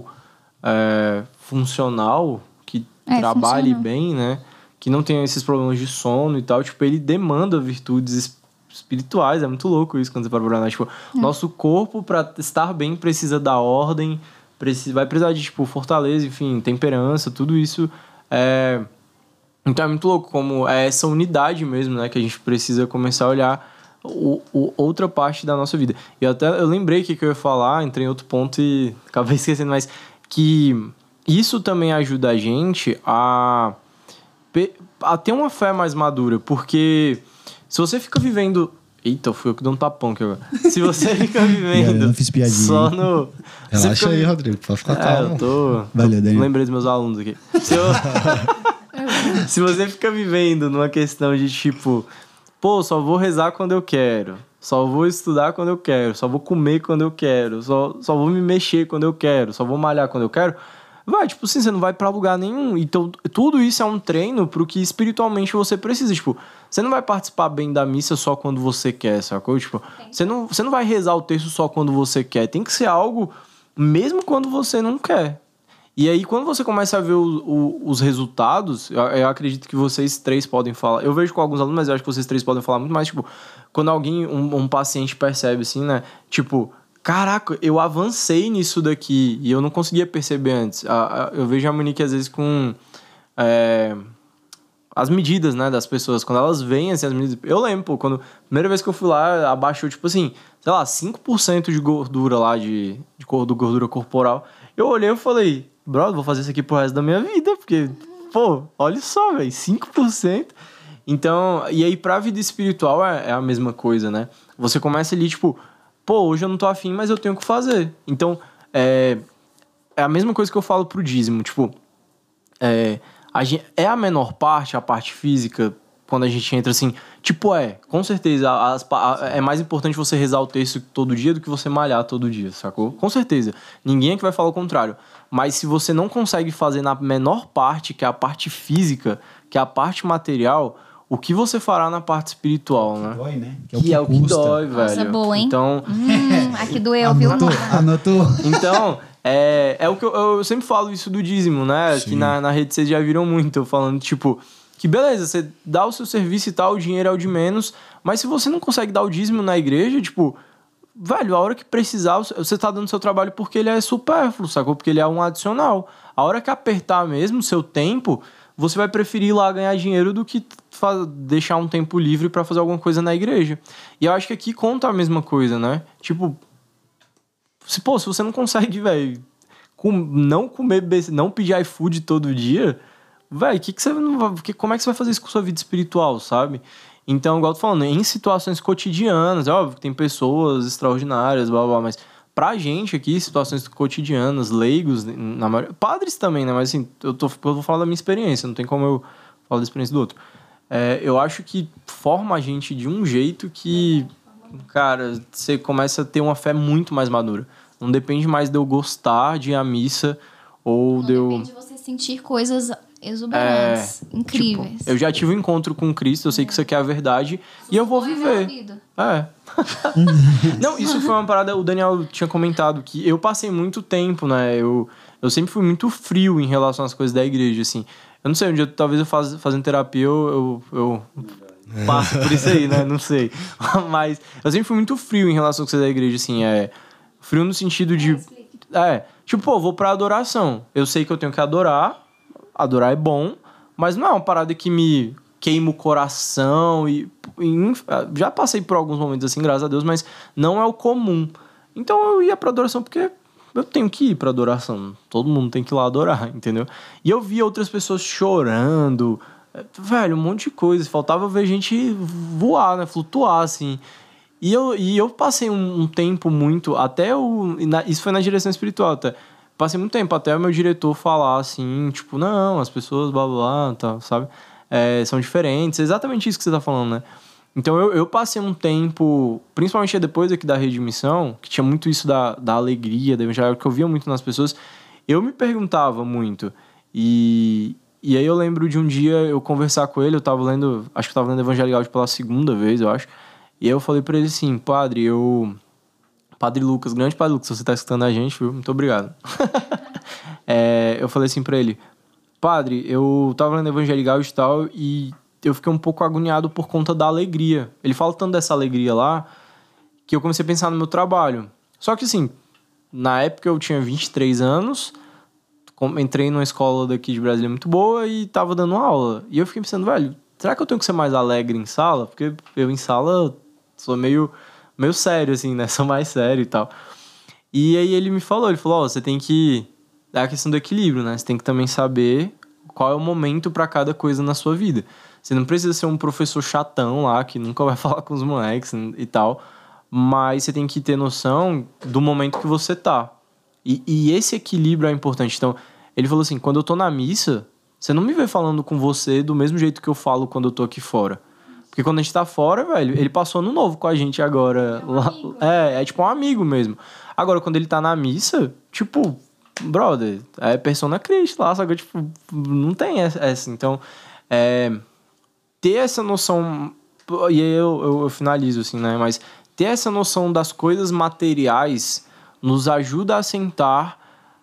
é, funcional, que é, trabalhe funcional. bem, né? Que não tenha esses problemas de sono e tal, tipo, ele demanda virtudes espirituais. É muito louco isso quando você para pra olhar. Tipo, é. nosso corpo, pra estar bem, precisa da ordem, Precisa, vai precisar de, tipo, fortaleza, enfim, temperança, tudo isso. É... Então é muito louco como é essa unidade mesmo, né? Que a gente precisa começar a olhar o, o, outra parte da nossa vida. E até eu lembrei que, que eu ia falar, entrei em outro ponto e acabei esquecendo, mas que isso também ajuda a gente a, a ter uma fé mais madura. Porque se você fica vivendo... Eita, fui eu que dou um tapão aqui agora. Se você fica vivendo eu não fiz piadinha, só no... Relaxa fica... aí, Rodrigo, pode ficar é, calmo. Eu tô... Valeu, Daniel. Lembrei dos meus alunos aqui. Se, eu... Se você fica vivendo numa questão de tipo... Pô, só vou rezar quando eu quero. Só vou estudar quando eu quero. Só vou comer quando eu quero. Só, só vou me mexer quando eu quero. Só vou malhar quando eu quero. Vai, tipo assim, você não vai pra lugar nenhum. Então, tudo isso é um treino pro que espiritualmente você precisa. Tipo, você não vai participar bem da missa só quando você quer, sacou? Tipo, você não, você não vai rezar o texto só quando você quer. Tem que ser algo mesmo quando você não quer. E aí, quando você começa a ver o, o, os resultados, eu, eu acredito que vocês três podem falar. Eu vejo com alguns alunos, mas eu acho que vocês três podem falar muito mais. Tipo, quando alguém, um, um paciente percebe assim, né? Tipo... Caraca, eu avancei nisso daqui e eu não conseguia perceber antes. Eu vejo a Monique às vezes com é, as medidas, né, das pessoas. Quando elas veem assim, as medidas... Eu lembro, pô, quando a primeira vez que eu fui lá, abaixou, tipo assim, sei lá, cinco por cento de gordura lá, de, de gordura corporal. Eu olhei e falei, brother, vou fazer isso aqui pro resto da minha vida, porque, pô, olha só, velho, cinco por cento. Então, e aí pra vida espiritual é, é a mesma coisa, né? Você começa ali, tipo... Pô, hoje eu não tô afim, mas eu tenho que fazer. Então, é, é a mesma coisa que eu falo pro dízimo. Tipo, é a, gente, é a menor parte, a parte física, quando a gente entra assim... Tipo, é, com certeza, as, a, é mais importante você rezar o texto todo dia do que você malhar todo dia, sacou? Com certeza. Ninguém é que vai falar o contrário. Mas se você não consegue fazer na menor parte, que é a parte física, que é a parte material... o que você fará na parte espiritual, né? Dói, né? Que, que é o que, é o que dói, velho. Nossa, boa, hein? Então, hum, aqui doeu, viu? Anotou? Anotou? Então, é, é o que eu, eu sempre falo isso do dízimo, né? Sim. Que na, na rede vocês já viram muito, eu falando, tipo, que beleza, você dá o seu serviço e tal, o dinheiro é o de menos, mas se você não consegue dar o dízimo na igreja, tipo, velho, a hora que precisar, você tá dando seu trabalho porque ele é supérfluo, sacou? Porque ele é um adicional. A hora que apertar mesmo o seu tempo, você vai preferir ir lá ganhar dinheiro do que faz, deixar um tempo livre pra fazer alguma coisa na igreja. E eu acho que aqui conta a mesma coisa, né? Tipo, se, pô, se você não consegue, velho, com, não comer, não pedir iFood todo dia, velho, que que você não vai, que, como é que você vai fazer isso com a sua vida espiritual, sabe? Então, igual eu tô falando, em situações cotidianas, é óbvio que tem pessoas extraordinárias, blá, blá, mas pra gente aqui, situações cotidianas, leigos, na maioria, padres também, né? Mas assim, eu, tô, eu vou falar da minha experiência, não tem como eu falar da experiência do outro. É, eu acho que forma a gente de um jeito que, cara, você começa a ter uma fé muito mais madura. Não depende mais de eu gostar de ir à missa ou não de eu... depende de você sentir coisas exuberantes, é, incríveis. Tipo, eu já tive um encontro com Cristo, eu sei que isso aqui é a verdade isso e eu vou viver. É. Não, isso foi uma parada, o Daniel tinha comentado que eu passei muito tempo, né? Eu, eu sempre fui muito frio em relação às coisas da igreja, assim. Eu não sei, um dia talvez eu faz, fazendo terapia eu, eu, eu passo por isso aí, né? Não sei. Mas eu sempre fui muito frio em relação às coisas da igreja, assim. É, frio no sentido de... É, tipo, pô, vou pra adoração. Eu sei que eu tenho que adorar. Adorar é bom, mas não é uma parada que me queima o coração e, e já passei por alguns momentos assim, graças a Deus, mas não é o comum. Então eu ia pra adoração porque eu tenho que ir pra adoração. Todo mundo tem que ir lá adorar, entendeu? E eu via outras pessoas chorando, velho, um monte de coisa. Faltava ver gente voar, né? Flutuar, assim. E eu, e eu passei um, um tempo muito, até o... Isso foi na direção espiritual, até. Passei muito tempo até o meu diretor falar assim, tipo, não, as pessoas, blá, blá, blá, tá, sabe? É, são diferentes, é exatamente isso que você tá falando, né? Então eu, eu passei um tempo, principalmente depois aqui da Redimissão, que tinha muito isso da, da alegria, da evangelho, que eu via muito nas pessoas, eu me perguntava muito. E, e aí eu lembro de um dia eu conversar com ele, eu tava lendo, acho que eu tava lendo Evangelho Gaudium pela segunda vez, eu acho, e aí eu falei pra ele assim, padre, eu... Padre Lucas, grande Padre Lucas, se você tá escutando a gente, viu? Muito obrigado. é, eu falei assim pra ele, padre, eu tava lendo Evangelho Gaudium e tal, e eu fiquei um pouco agoniado por conta da alegria. Ele fala tanto dessa alegria lá, que eu comecei a pensar no meu trabalho. Só que assim, na época eu tinha vinte e três anos, entrei numa escola daqui de Brasília muito boa e tava dando aula. E eu fiquei pensando, velho, será que eu tenho que ser mais alegre em sala? Porque eu em sala sou meio... meio sério, assim, né? Sou mais sério e tal. E aí ele me falou, ele falou, ó, oh, você tem que... É a questão do equilíbrio, né? Você tem que também saber qual é o momento pra cada coisa na sua vida. Você não precisa ser um professor chatão lá, que nunca vai falar com os moleques e tal, mas você tem que ter noção do momento que você tá. E, e esse equilíbrio é importante. Então, ele falou assim, quando eu tô na missa, você não me vê falando com você do mesmo jeito que eu falo quando eu tô aqui fora. Porque quando a gente tá fora, velho, ele passou ano novo com a gente agora. É, um lá, é, é tipo um amigo mesmo. Agora, quando ele tá na missa, tipo, brother, é persona Cristo lá, só que, tipo, não tem essa. Então, é, ter essa noção, e aí eu, eu, eu finalizo, assim, né? Mas ter essa noção das coisas materiais nos ajuda a assentar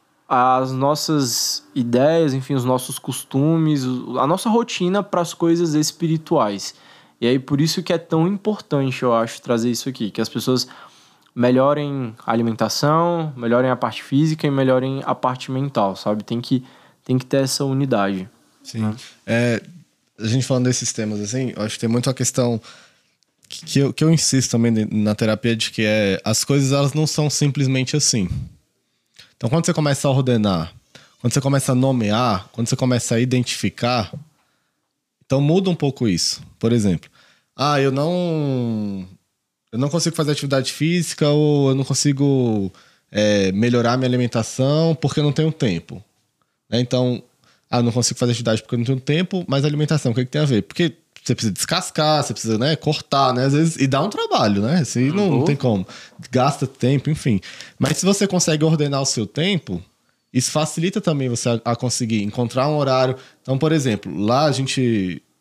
as nossas ideias, enfim, os nossos costumes, a nossa rotina para as coisas espirituais. E aí, por isso que é tão importante, eu acho, trazer isso aqui. Que as pessoas melhorem a alimentação, melhorem a parte física e melhorem a parte mental, sabe? Tem que, tem que ter essa unidade. Sim. Né? É, a gente falando desses temas, assim, eu acho que tem muito a questão que, que, eu, que eu insisto também na terapia de que é, as coisas elas não são simplesmente assim. Então, quando você começa a ordenar, quando você começa a nomear, quando você começa a identificar... Então muda um pouco isso. Por exemplo, ah, eu não eu não consigo fazer atividade física ou eu não consigo é, melhorar minha alimentação porque eu não tenho tempo. Né? Então, ah, eu não consigo fazer atividade porque eu não tenho tempo, mas a alimentação, o que, é que tem a ver? Porque você precisa descascar, você precisa, né, cortar, né? Às vezes, e dá um trabalho, né? Assim, não, não tem como. Gasta tempo, enfim. Mas se você consegue ordenar o seu tempo... Isso facilita também você a, a conseguir encontrar um horário. Então, por exemplo, lá a gente...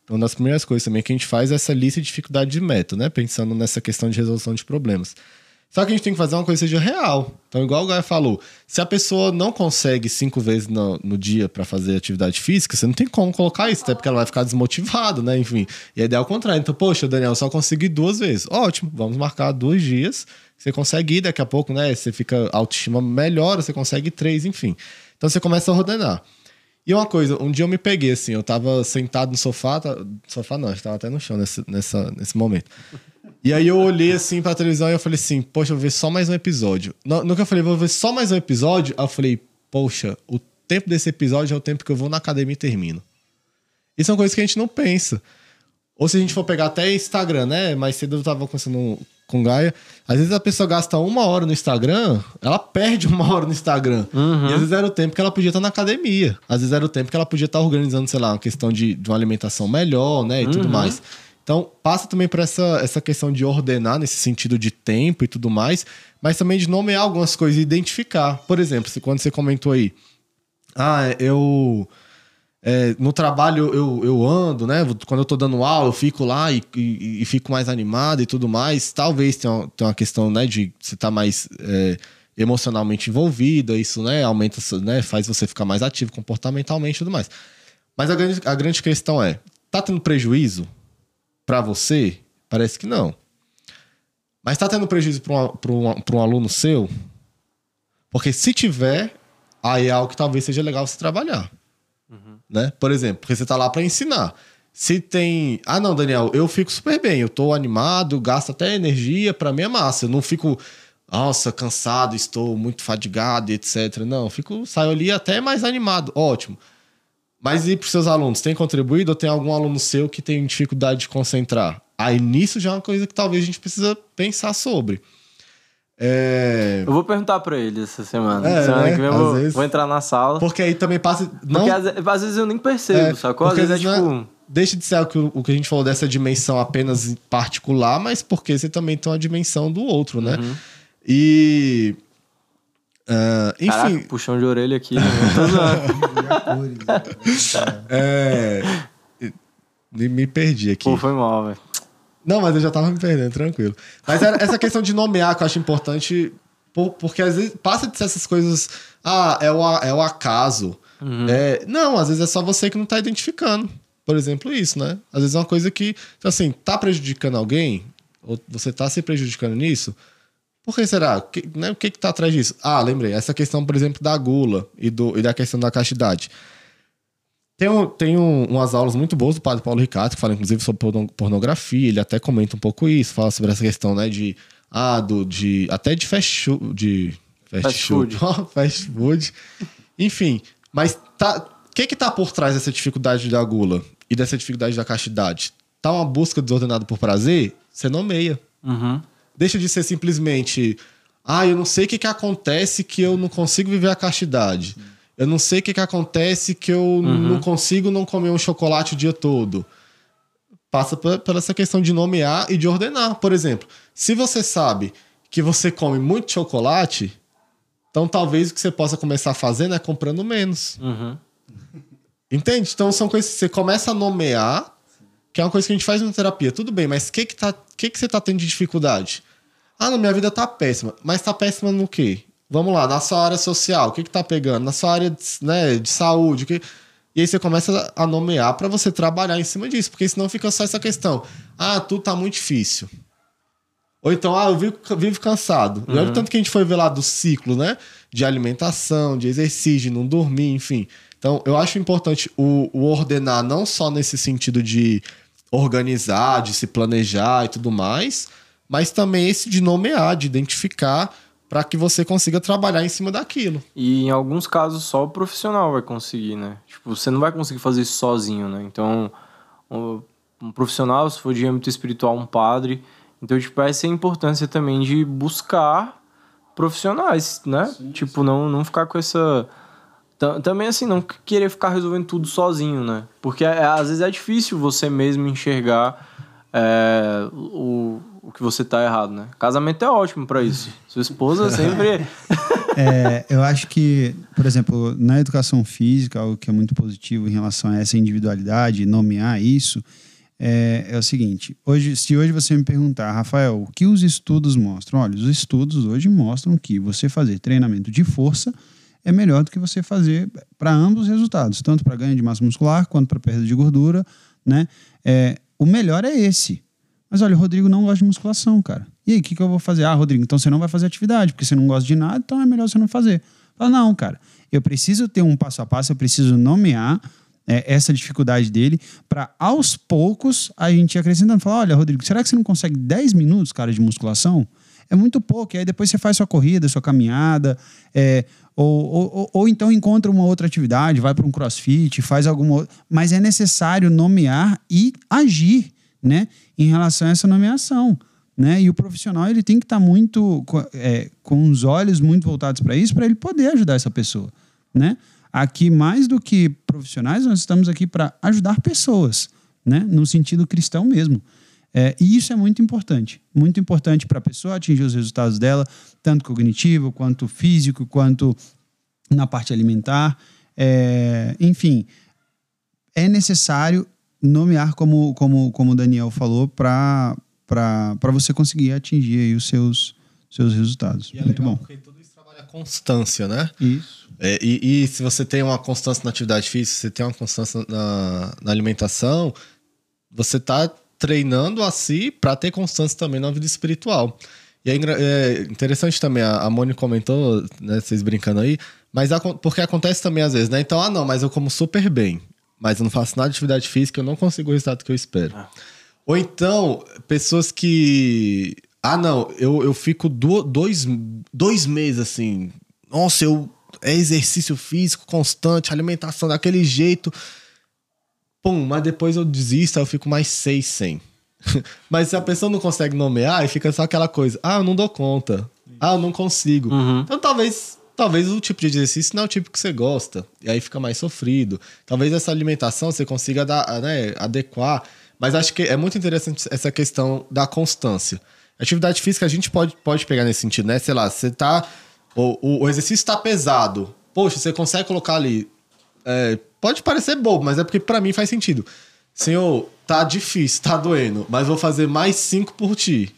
uma das primeiras coisas também que a gente faz é essa lista de dificuldade de meta, né? Pensando nessa questão de resolução de problemas. Só que a gente tem que fazer uma coisa que seja real. Então, igual o Gaia falou, se a pessoa não consegue cinco vezes no, no dia para fazer atividade física, você não tem como colocar isso, até porque ela vai ficar desmotivada, né? Enfim, e a ideia é o contrário. Então, poxa, Daniel, eu só consegui duas vezes. Ótimo, vamos marcar dois dias. Você consegue ir daqui a pouco, né? Você fica, a autoestima melhora, você consegue três, enfim. Então, você começa a ordenar. E uma coisa, um dia eu me peguei, assim, eu tava sentado no sofá, tá, sofá não, eu tava até no chão nesse, nessa, nesse momento. E aí eu olhei assim pra televisão e eu falei assim, poxa, eu vou ver só mais um episódio. No, no que eu falei, vou ver só mais um episódio, aí eu falei, poxa, o tempo desse episódio é o tempo que eu vou na academia e termino. Isso é uma coisa que a gente não pensa. Ou se a gente for pegar até Instagram, né? Mais cedo eu tava conversando com o Gaia. Às vezes a pessoa gasta uma hora no Instagram, ela perde uma hora no Instagram. Uhum. E às vezes era o tempo que ela podia estar na academia. Às vezes era o tempo que ela podia estar organizando, sei lá, uma questão de, de uma alimentação melhor, né? E uhum. tudo mais. Então, passa também por essa, essa questão de ordenar nesse sentido de tempo e tudo mais, mas também de nomear algumas coisas e identificar. Por exemplo, quando você comentou aí, ah, eu... É, no trabalho eu, eu ando, né? Quando eu tô dando aula, eu fico lá e, e, e fico mais animado e tudo mais. Talvez tenha uma, tenha uma questão, né, de você estar tá mais é, emocionalmente envolvido, isso, né, aumenta, né, faz você ficar mais ativo comportamentalmente e tudo mais. Mas a grande, a grande questão é, tá tendo prejuízo para você? Parece que não. Mas tá tendo prejuízo para um, um aluno seu? Porque se tiver, aí é algo que talvez seja legal você trabalhar. Uhum. Né? Por exemplo, porque você tá lá para ensinar. Se tem... Ah, não, Daniel, eu fico super bem. Eu tô animado, gasto até energia, para mim é massa. Eu não fico, nossa, cansado, estou muito fadigado, etcétera. Não, eu fico, saio ali até mais animado. Ótimo. Mas e para os seus alunos? Tem contribuído ou tem algum aluno seu que tem dificuldade de concentrar? Aí nisso já é uma coisa que talvez a gente precisa pensar sobre. É... Eu vou perguntar para ele essa semana. É, semana né? que vem eu vou, vezes... vou entrar na sala. Porque aí também passa... Não... Porque às, às vezes eu nem percebo, é, sacou? Às vezes é tipo... É... Deixa de ser o que, o que a gente falou dessa dimensão apenas particular, mas porque você também tem uma dimensão do outro, né? Uhum. E... Uh, enfim... Caraca, puxão de orelha aqui. Né? é... Me perdi aqui. Pô, foi mal, velho. Não, mas eu já tava me perdendo, tranquilo. Mas essa questão de nomear que eu acho importante, porque às vezes passa de ser essas coisas... Ah, é o, é o acaso. Uhum. É, não, às vezes é só você que não tá identificando. Por exemplo, isso, né? Às vezes é uma coisa que, então, assim, tá prejudicando alguém, ou você tá se prejudicando nisso, por que será? Que, né? O que que tá atrás disso? Ah, lembrei, essa questão, por exemplo, da gula e, do, e da questão da castidade. Tem, um, tem um, umas aulas muito boas do padre Paulo Ricardo, que fala, inclusive, sobre pornografia, ele até comenta um pouco isso, fala sobre essa questão, né, de, ah, do, de, até de fast food, de fast, fast food, fast food, enfim, mas tá... O que que tá por trás dessa dificuldade da gula e dessa dificuldade da castidade? Tá uma busca desordenada por prazer? Você nomeia. Uhum. Deixa de ser simplesmente... Ah, eu não sei o que que acontece que eu não consigo viver a castidade. Eu não sei o que que acontece que eu uhum. não consigo não comer um chocolate o dia todo. Passa por, por essa questão de nomear e de ordenar. Por exemplo, se você sabe que você come muito chocolate, então talvez o que você possa começar a fazer é comprando menos. Uhum. Entende? Então são coisas que você começa a nomear, que é uma coisa que a gente faz na terapia. Tudo bem, mas o que que, tá, que que você tá tendo de dificuldade? Ah, não, minha vida tá péssima. Mas tá péssima no quê? Vamos lá, na sua área social, o que que tá pegando? Na sua área de, né, de saúde, o que... E aí você começa a nomear para você trabalhar em cima disso, porque senão fica só essa questão. Ah, tudo tá muito difícil. Ou então, ah, eu vivo, vivo cansado. Uhum. Lembra tanto que a gente foi ver lá do ciclo, né? De alimentação, de exercício, de não dormir, enfim... Então, eu acho importante o, o ordenar não só nesse sentido de organizar, de se planejar e tudo mais, mas também esse de nomear, de identificar, para que você consiga trabalhar em cima daquilo. E em alguns casos só o profissional vai conseguir, né? Tipo, você não vai conseguir fazer isso sozinho, né? Então, um, um profissional, se for de âmbito espiritual, um padre... Então, tipo, essa é a importância também de buscar profissionais, né? Sim, tipo, sim. Não, não ficar com essa... Também, assim, não querer ficar resolvendo tudo sozinho, né? Porque, é, às vezes, é difícil você mesmo enxergar é, o, o que você tá errado, né? Casamento é ótimo pra isso. Sua esposa sempre... É, eu acho que, por exemplo, na educação física, algo que é muito positivo em relação a essa individualidade, nomear isso, é, é o seguinte. Hoje, se hoje você me perguntar, Rafael, o que os estudos mostram? Olha, os estudos hoje mostram que você fazer treinamento de força é melhor do que você fazer para ambos os resultados, tanto para ganho de massa muscular quanto para perda de gordura, né? É, o melhor é esse. Mas olha, o Rodrigo não gosta de musculação, cara. E aí, o que, que eu vou fazer? Ah, Rodrigo, então você não vai fazer atividade, porque você não gosta de nada, então é melhor você não fazer. Fala, não, cara, eu preciso ter um passo a passo, eu preciso nomear é, essa dificuldade dele para, aos poucos, a gente ir acrescentando. Falar, olha, Rodrigo, será que você não consegue dez minutos, cara, de musculação? É muito pouco. E aí depois você faz sua corrida, sua caminhada, é, ou, ou, ou então encontra uma outra atividade, vai para um crossfit, faz alguma outra. Mas é necessário nomear e agir, né, em relação a essa nomeação, né? E o profissional ele tem que estar tá muito é, com os olhos muito voltados para isso, para ele poder ajudar essa pessoa, né? Aqui, mais do que profissionais, nós estamos aqui para ajudar pessoas, né? No sentido cristão mesmo. É, e isso é muito importante, muito importante para a pessoa atingir os resultados dela, tanto cognitivo, quanto físico, quanto na parte alimentar. É, enfim, é necessário nomear, como, como, como o Daniel falou, para para você conseguir atingir aí os seus, seus resultados. E é muito legal, bom. porque tudo isso trabalha constância, né? Isso. É, e, e se você tem uma constância na atividade física, se você tem uma constância na, na alimentação, você está treinando a si para ter constância também na vida espiritual. E é, é interessante também, a, a Moni comentou, né, vocês brincando aí, mas a, porque acontece também às vezes, né? Então, ah não, mas eu como super bem, mas eu não faço nada de atividade física, eu não consigo o resultado que eu espero. Ah. Ou então, pessoas que... Ah, não, eu, eu fico do, dois, dois meses assim. Nossa, eu, é exercício físico constante, alimentação daquele jeito. Pum, mas depois eu desisto, aí eu fico mais seis sem. Mas se a pessoa não consegue nomear, aí fica só aquela coisa. Ah, eu não dou conta. Ah, eu não consigo. Uhum. Então talvez... Talvez o tipo de exercício não é o tipo que você gosta. E aí fica mais sofrido. Talvez essa alimentação você consiga dar, né, adequar. Mas acho que é muito interessante essa questão da constância. Atividade física a gente pode, pode pegar nesse sentido, né? Sei lá, você tá... O, o, o exercício tá pesado. Poxa, você consegue colocar ali... É, pode parecer bobo, mas é porque pra mim faz sentido. Senhor, tá difícil, tá doendo, mas vou fazer mais cinco por ti.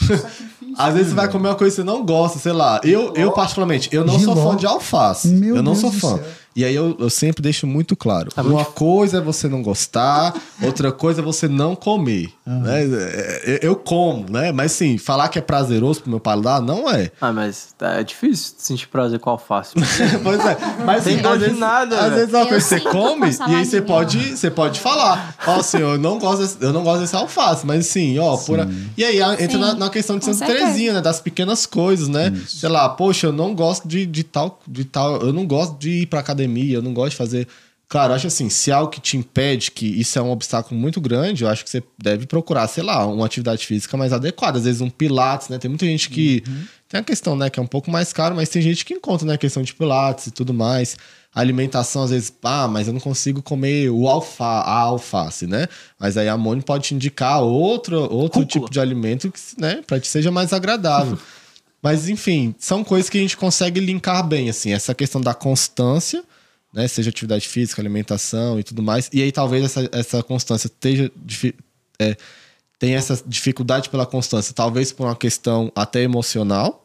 Às vezes você vai comer uma coisa que você não gosta, sei lá. Eu, eu particularmente, eu não Giló. sou fã de alface. Meu eu não Deus sou do fã. céu. E aí eu, eu sempre deixo muito claro. Tá uma muito... coisa é você não gostar, outra coisa é você não comer. Uhum. Né? Eu, eu como, né? Mas sim, falar que é prazeroso pro meu paladar, não é. Ah, mas é difícil sentir prazer com alface. Pois é. Mas tem sim, dor às de vezes, nada, às vezes é uma coisa que você come e aí você pode, você pode falar. Ó, assim, eu não gosto desse, eu não gosto desse alface, mas assim, ó, sim. Por a... E aí entra na, na questão de Santa Terezinha, né? Das pequenas coisas, né? Isso. Sei lá, poxa, eu não gosto de, de, tal, de tal. Eu não gosto de ir pra academia, eu não gosto de fazer. Claro, eu acho assim, se é algo que te impede, que isso é um obstáculo muito grande, eu acho que você deve procurar, sei lá, uma atividade física mais adequada. Às vezes um pilates, né? Tem muita gente que... Uhum. Tem a questão, né, que é um pouco mais caro, mas tem gente que encontra, né, a questão de pilates e tudo mais. A alimentação, às vezes, ah, mas eu não consigo comer o alfa, a alface, né? Mas aí a Moni pode te indicar outro, outro tipo de alimento que, né, pra te seja mais agradável. Mas, enfim, são coisas que a gente consegue linkar bem, assim, essa questão da constância, né, seja atividade física, alimentação e tudo mais. E aí talvez essa, essa constância esteja, é, tenha essa dificuldade pela constância, talvez por uma questão até emocional,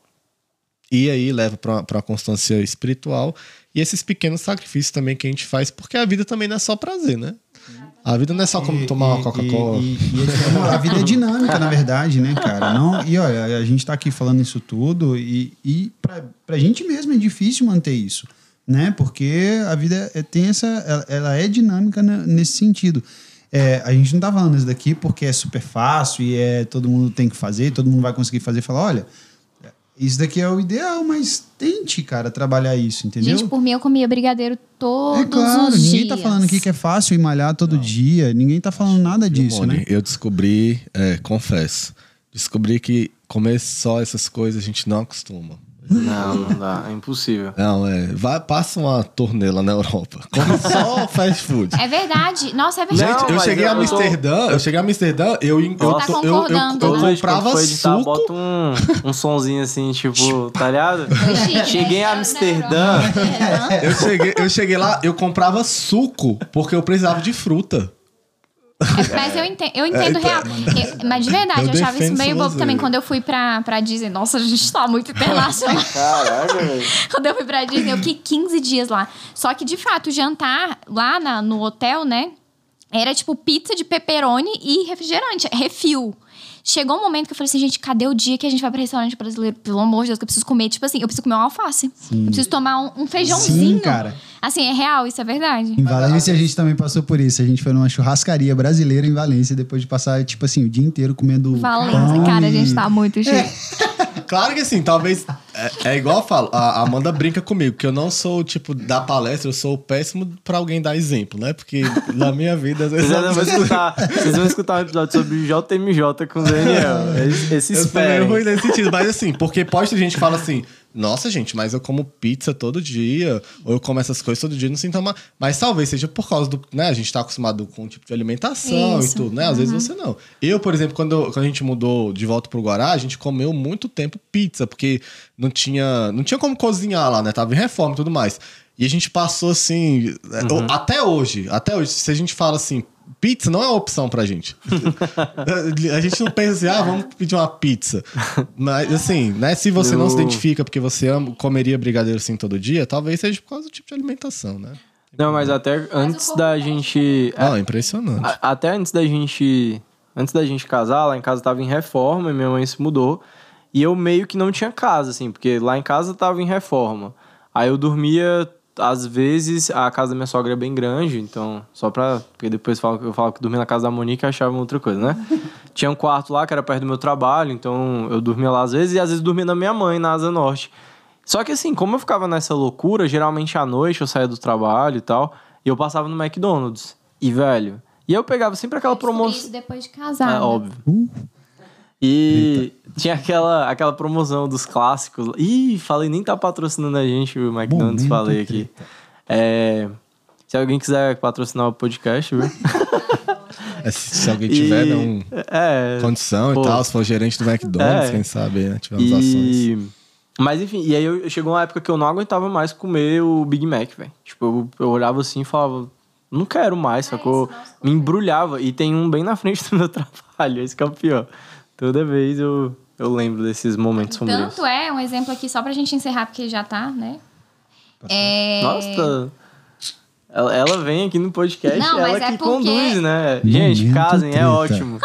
e aí leva para uma constância espiritual. E esses pequenos sacrifícios também que a gente faz, porque a vida também não é só prazer, né? A vida não é só como e, tomar uma Coca-Cola. E, e, e a vida é dinâmica, na verdade, né, cara? Não, e olha, a gente tá aqui falando isso tudo e, e pra, pra gente mesmo é difícil manter isso, né? Porque a vida é, tem essa... Ela, ela é dinâmica nesse sentido. É, a gente não tá falando isso daqui porque é super fácil e é, todo mundo tem que fazer, todo mundo vai conseguir fazer e falar, olha... Isso daqui é o ideal, mas tente, cara, trabalhar isso, entendeu? Gente, por mim eu comia brigadeiro todos é claro, os ninguém dias. tá falando aqui que é fácil ir malhar todo não. dia, ninguém tá falando nada disso, Moni, né? Eu descobri, é, confesso, descobri que comer só essas coisas a gente não acostuma. Não, não dá. É impossível. Não, é. Vai, passa uma turnê lá na Europa. Come só fast food. É verdade. Nossa, é verdade. Gente, eu mas cheguei eu a tô- Amsterdã, eu cheguei a Amsterdã, eu, eu, Você tá eu, eu, eu, concordando, eu né? Quando comprava for editar, suco. bota um, um sonzinho assim, tipo, tá ligado? Foi chique, Cheguei né? em Amsterdã. Amsterdã. Eu cheguei, eu cheguei lá, eu comprava suco, porque eu precisava de fruta. É, mas eu entendo, eu entendo real. Eu- mas de verdade, Eu eu achava isso defendo meio essa bobo você. também quando eu fui pra, pra Disney. Nossa, a gente tá muito internacional. Caraca, velho. Quando eu fui pra Disney, eu fiquei quinze dias lá. Só que, de fato, o jantar lá na- no hotel, né? Era tipo pizza de pepperoni e refrigerante, refil. Chegou um momento que eu falei assim, gente, cadê o dia que a gente vai pra restaurante brasileiro? Pelo amor de Deus, que eu preciso comer. Tipo assim, eu preciso comer uma alface. Eu preciso tomar um, um feijãozinho. Sim, cara. Assim, é real, isso é verdade. Em Valência a gente também passou por isso. A gente foi numa churrascaria brasileira em Valência, depois de passar, tipo assim, o dia inteiro comendo Valência, pão cara, a e- gente tá muito cheio. Claro que assim, talvez. É, é igual eu falo, a Amanda brinca comigo, que eu não sou, tipo, da palestra, eu sou péssimo pra alguém dar exemplo, né? Porque na minha vida, às vezes. Vocês vão escutar, vocês vão escutar um episódio sobre o J M J com o Daniel. Esse, esse Eu sou meio espera. ruim nesse sentido, mas assim, porque pode ter gente que fala assim, nossa, gente, mas eu como pizza todo dia, ou eu como essas coisas todo dia, não sinto mal. Mas talvez seja por causa do, né, a gente tá acostumado com um tipo de alimentação Isso. e tudo, né? Às vezes você não. Eu, por exemplo, quando, quando a gente mudou de volta pro Guará, a gente comeu muito tempo pizza, porque não tinha, não tinha como cozinhar lá, né? Tava em reforma e tudo mais. E a gente passou assim, Uhum. até hoje, até hoje, se a gente fala assim, pizza não é uma opção pra gente. A gente não pensa assim, ah, vamos pedir uma pizza. Mas, assim, né? Se você não se Eu- identifica porque você ama, comeria brigadeiro assim todo dia, talvez seja por causa do tipo de alimentação, né? Não, mas até antes da gente... Ah, impressionante. A- Até antes da gente. Antes da gente casar, lá em casa tava em reforma e minha mãe se mudou. E eu meio que não tinha casa, assim, porque lá em casa tava em reforma. Aí eu dormia, às vezes, a casa da minha sogra é bem grande, então, só pra. Porque depois eu falo, eu falo que dormia na casa da Monique e achava outra coisa, né? Tinha um quarto lá que era perto do meu trabalho, então eu dormia lá às vezes e às vezes dormia na minha mãe, na Asa Norte. Só que assim, como eu ficava nessa loucura, geralmente à noite eu saía do trabalho e tal, e eu passava no McDonald's. E, velho, e eu pegava sempre aquela promoção. Isso depois de casar. É óbvio. E tinha aquela, aquela promoção dos clássicos. Ih, falei, nem tá patrocinando a gente, o McDonald's, Momento falei aqui. É, se alguém quiser patrocinar o podcast, viu? É, se, se alguém tiver E- né, um, É. condição pô. e tal, se for gerente do McDonald's, É. quem sabe, né, tiver umas ações. E... Mas enfim, e aí eu, chegou uma época que eu não aguentava mais comer o Big Mac, velho. Tipo, eu, eu olhava assim e falava, não quero mais, sacou? Me embrulhava. E tem um bem na frente do meu trabalho, esse que é o pior. Toda vez eu, eu lembro desses momentos sombrios. Tanto é, um exemplo aqui, só pra gente encerrar, porque já tá, né? É... Nossa, ela, ela vem aqui no podcast, Não, mas ela é que porque- conduz, né? Gente, Momento casem, é treta. ótimo.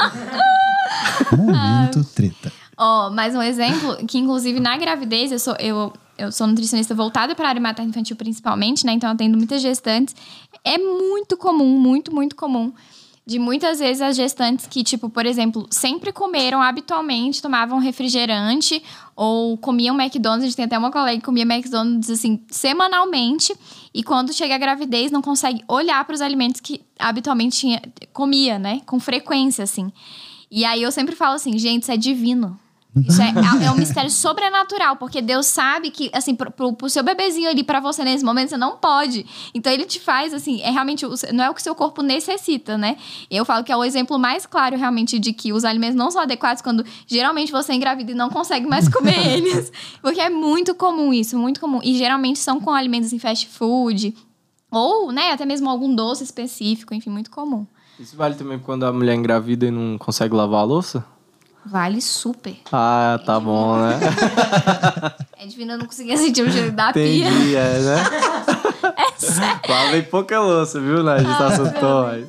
Momento treta. Ó, mais um exemplo, que inclusive na gravidez, eu sou, eu, eu sou nutricionista voltada para a área materno-infantil principalmente, né? Então eu atendo muitas gestantes. É muito comum, muito, muito comum. De muitas vezes as gestantes que, tipo, por exemplo, sempre comeram habitualmente, tomavam refrigerante ou comiam McDonald's. A gente tem até uma colega que comia McDonald's, assim, semanalmente. E quando chega a gravidez, não consegue olhar para os alimentos que habitualmente tinha, comia, né? Com frequência, assim. E aí eu sempre falo assim, gente, isso é divino. Isso é, é um mistério sobrenatural, porque Deus sabe que, assim, pro, pro, pro seu bebezinho ali, pra você nesse momento, você não pode. Então ele te faz, assim, é realmente, o- não é o que o seu corpo necessita, né? Eu falo que é o exemplo mais claro, realmente, de que os alimentos não são adequados quando geralmente você engravida e não consegue mais comer eles. Porque é muito comum isso, muito comum. E geralmente são com alimentos em fast food, ou, né, até mesmo algum doce específico, enfim, muito comum. Isso vale também quando a mulher engravida e não consegue lavar a louça? Vale super. Ah, tá bom, né? É divino, eu não conseguia sentir o cheiro da pia. Entendi, é, né? É sério. Lavei pouca louça, viu, né? A gente tá assustou.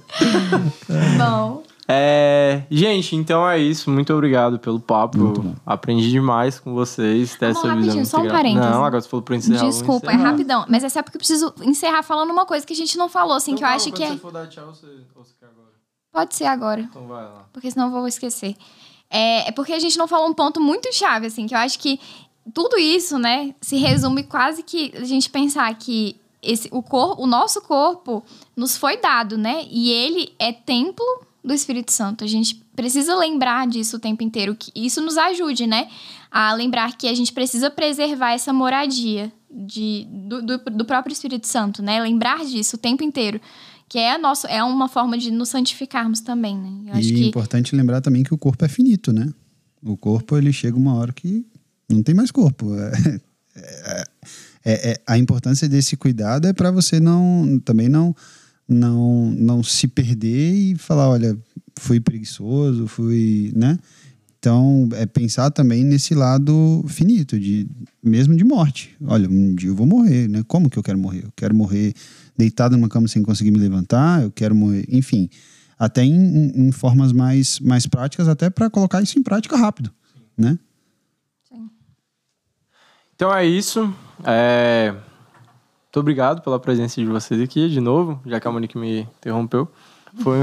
Bom. É, gente, então é isso. Muito obrigado pelo papo. Muito bom. Aprendi demais com vocês. Ter Ah, essa bom, visão rapidinho, só um integrada. parêntese. Não, agora você falou pra encerrar. eu vou Desculpa, é encerrar. rapidão. Mas é só porque eu preciso encerrar falando uma coisa que a gente não falou, assim, Então, que eu calma, acho que quando é. você for dar tchau, você, você quer agora? Pode ser agora, Então vai lá. porque senão eu vou esquecer. É, é porque a gente não falou um ponto muito chave, assim, que eu acho que tudo isso, né, se resume quase que a gente pensar que esse, o, cor, o nosso corpo nos foi dado, né? E ele é templo do Espírito Santo. A gente precisa lembrar disso o tempo inteiro, que isso nos ajude, né? a lembrar que a gente precisa preservar essa moradia de, do, do, do próprio Espírito Santo, né? Lembrar disso o tempo inteiro. Que é, nosso, é uma forma de nos santificarmos também, né? Eu acho e é que... importante lembrar também que o corpo é finito, né? O corpo, ele chega uma hora que não tem mais corpo. É, é, é, é, a importância desse cuidado é para você não, também não, não, não se perder e falar, olha, fui preguiçoso, fui, né? Então, é pensar também nesse lado finito, de, mesmo de morte. Olha, um dia eu vou morrer, né? Como que eu quero morrer? Eu quero morrer deitado numa cama sem conseguir me levantar, eu quero morrer... Enfim, até em, em, em formas mais, mais práticas, até para colocar isso em prática rápido, né? Sim. Então é isso. É... Muito obrigado pela presença de vocês aqui, de novo, já que a Monique me interrompeu. Foi...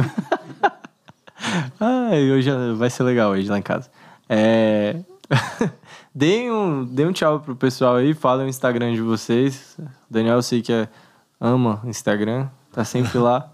ah, hoje vai ser legal hoje lá em casa. É... Deem um, deem um tchau pro pessoal aí, falem o Instagram de vocês. O Daniel, eu sei que é, ama Instagram, tá sempre lá.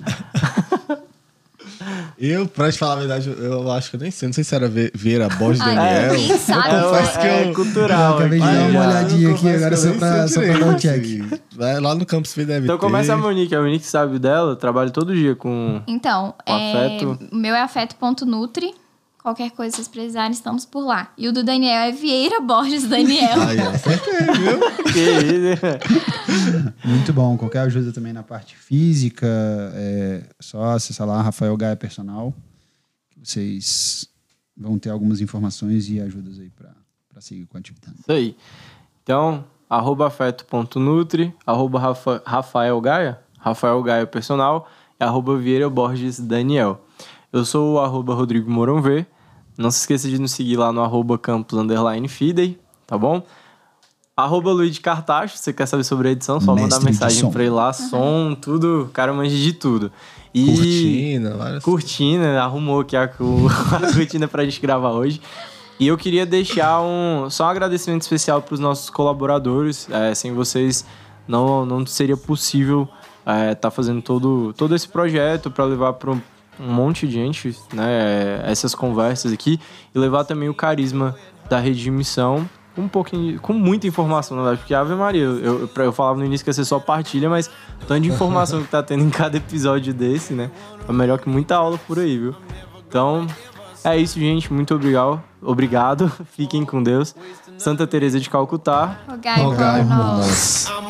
Eu, pra te falar a verdade, eu acho que eu nem sei. Não sei se era Vieira Borges Daniel. Ai, quem sabe, eu confesso que é, eu... é cultural. Eu acabei de aqui, dar uma já. olhadinha Eu aqui confesso agora que só eu nem pra, sei só pra dar um check. direito, assim. Vai lá no Campus V deve Então ter. começa a Monique. A Monique sabe dela, eu trabalho todo dia com... Então, O é, afeto. o meu é afeto.nutri. Qualquer coisa que vocês precisarem, estamos por lá. E o do Daniel é Vieira Borges Daniel. Aí, ó, acertei, viu? Que isso? Muito bom. Qualquer ajuda também na parte física, é só acessar lá, Rafael Gaia Personal. Vocês vão ter algumas informações e ajudas aí para seguir com a atividade. Isso aí. Então, arroba afeto.nutri, arroba Rafa, Rafael Gaia, Rafael Gaia Personal, e arroba Vieira Borges Daniel. Eu sou o arroba Rodrigo Moronvê. Não se esqueça de nos seguir lá no arroba campus underline fidei, tá bom? Arroba Luiz Cartacho, você quer saber sobre a edição, só Mestre mandar mensagem de som. pra ele lá, som, tudo, o cara manja de tudo. E Cortina, várias... Cortina, arrumou aqui a, a cortina pra gente gravar hoje. E eu queria deixar um, só um agradecimento especial pros nossos colaboradores. É, sem vocês não, não seria possível estar é, tá fazendo todo, todo esse projeto para levar para um, um monte de gente, né, essas conversas aqui, e levar também o carisma da Rede de Missão, com um pouquinho, com muita informação, na verdade, porque Ave Maria, eu, eu, eu falava no início que ia ser só partilha, mas tanto de informação que tá tendo em cada episódio desse, né, é melhor que muita aula por aí, viu? Então, é isso, gente, muito obrigado, obrigado, fiquem com Deus. Santa Teresa de Calcutá. Rogai por Rogai por nós. nós. I'm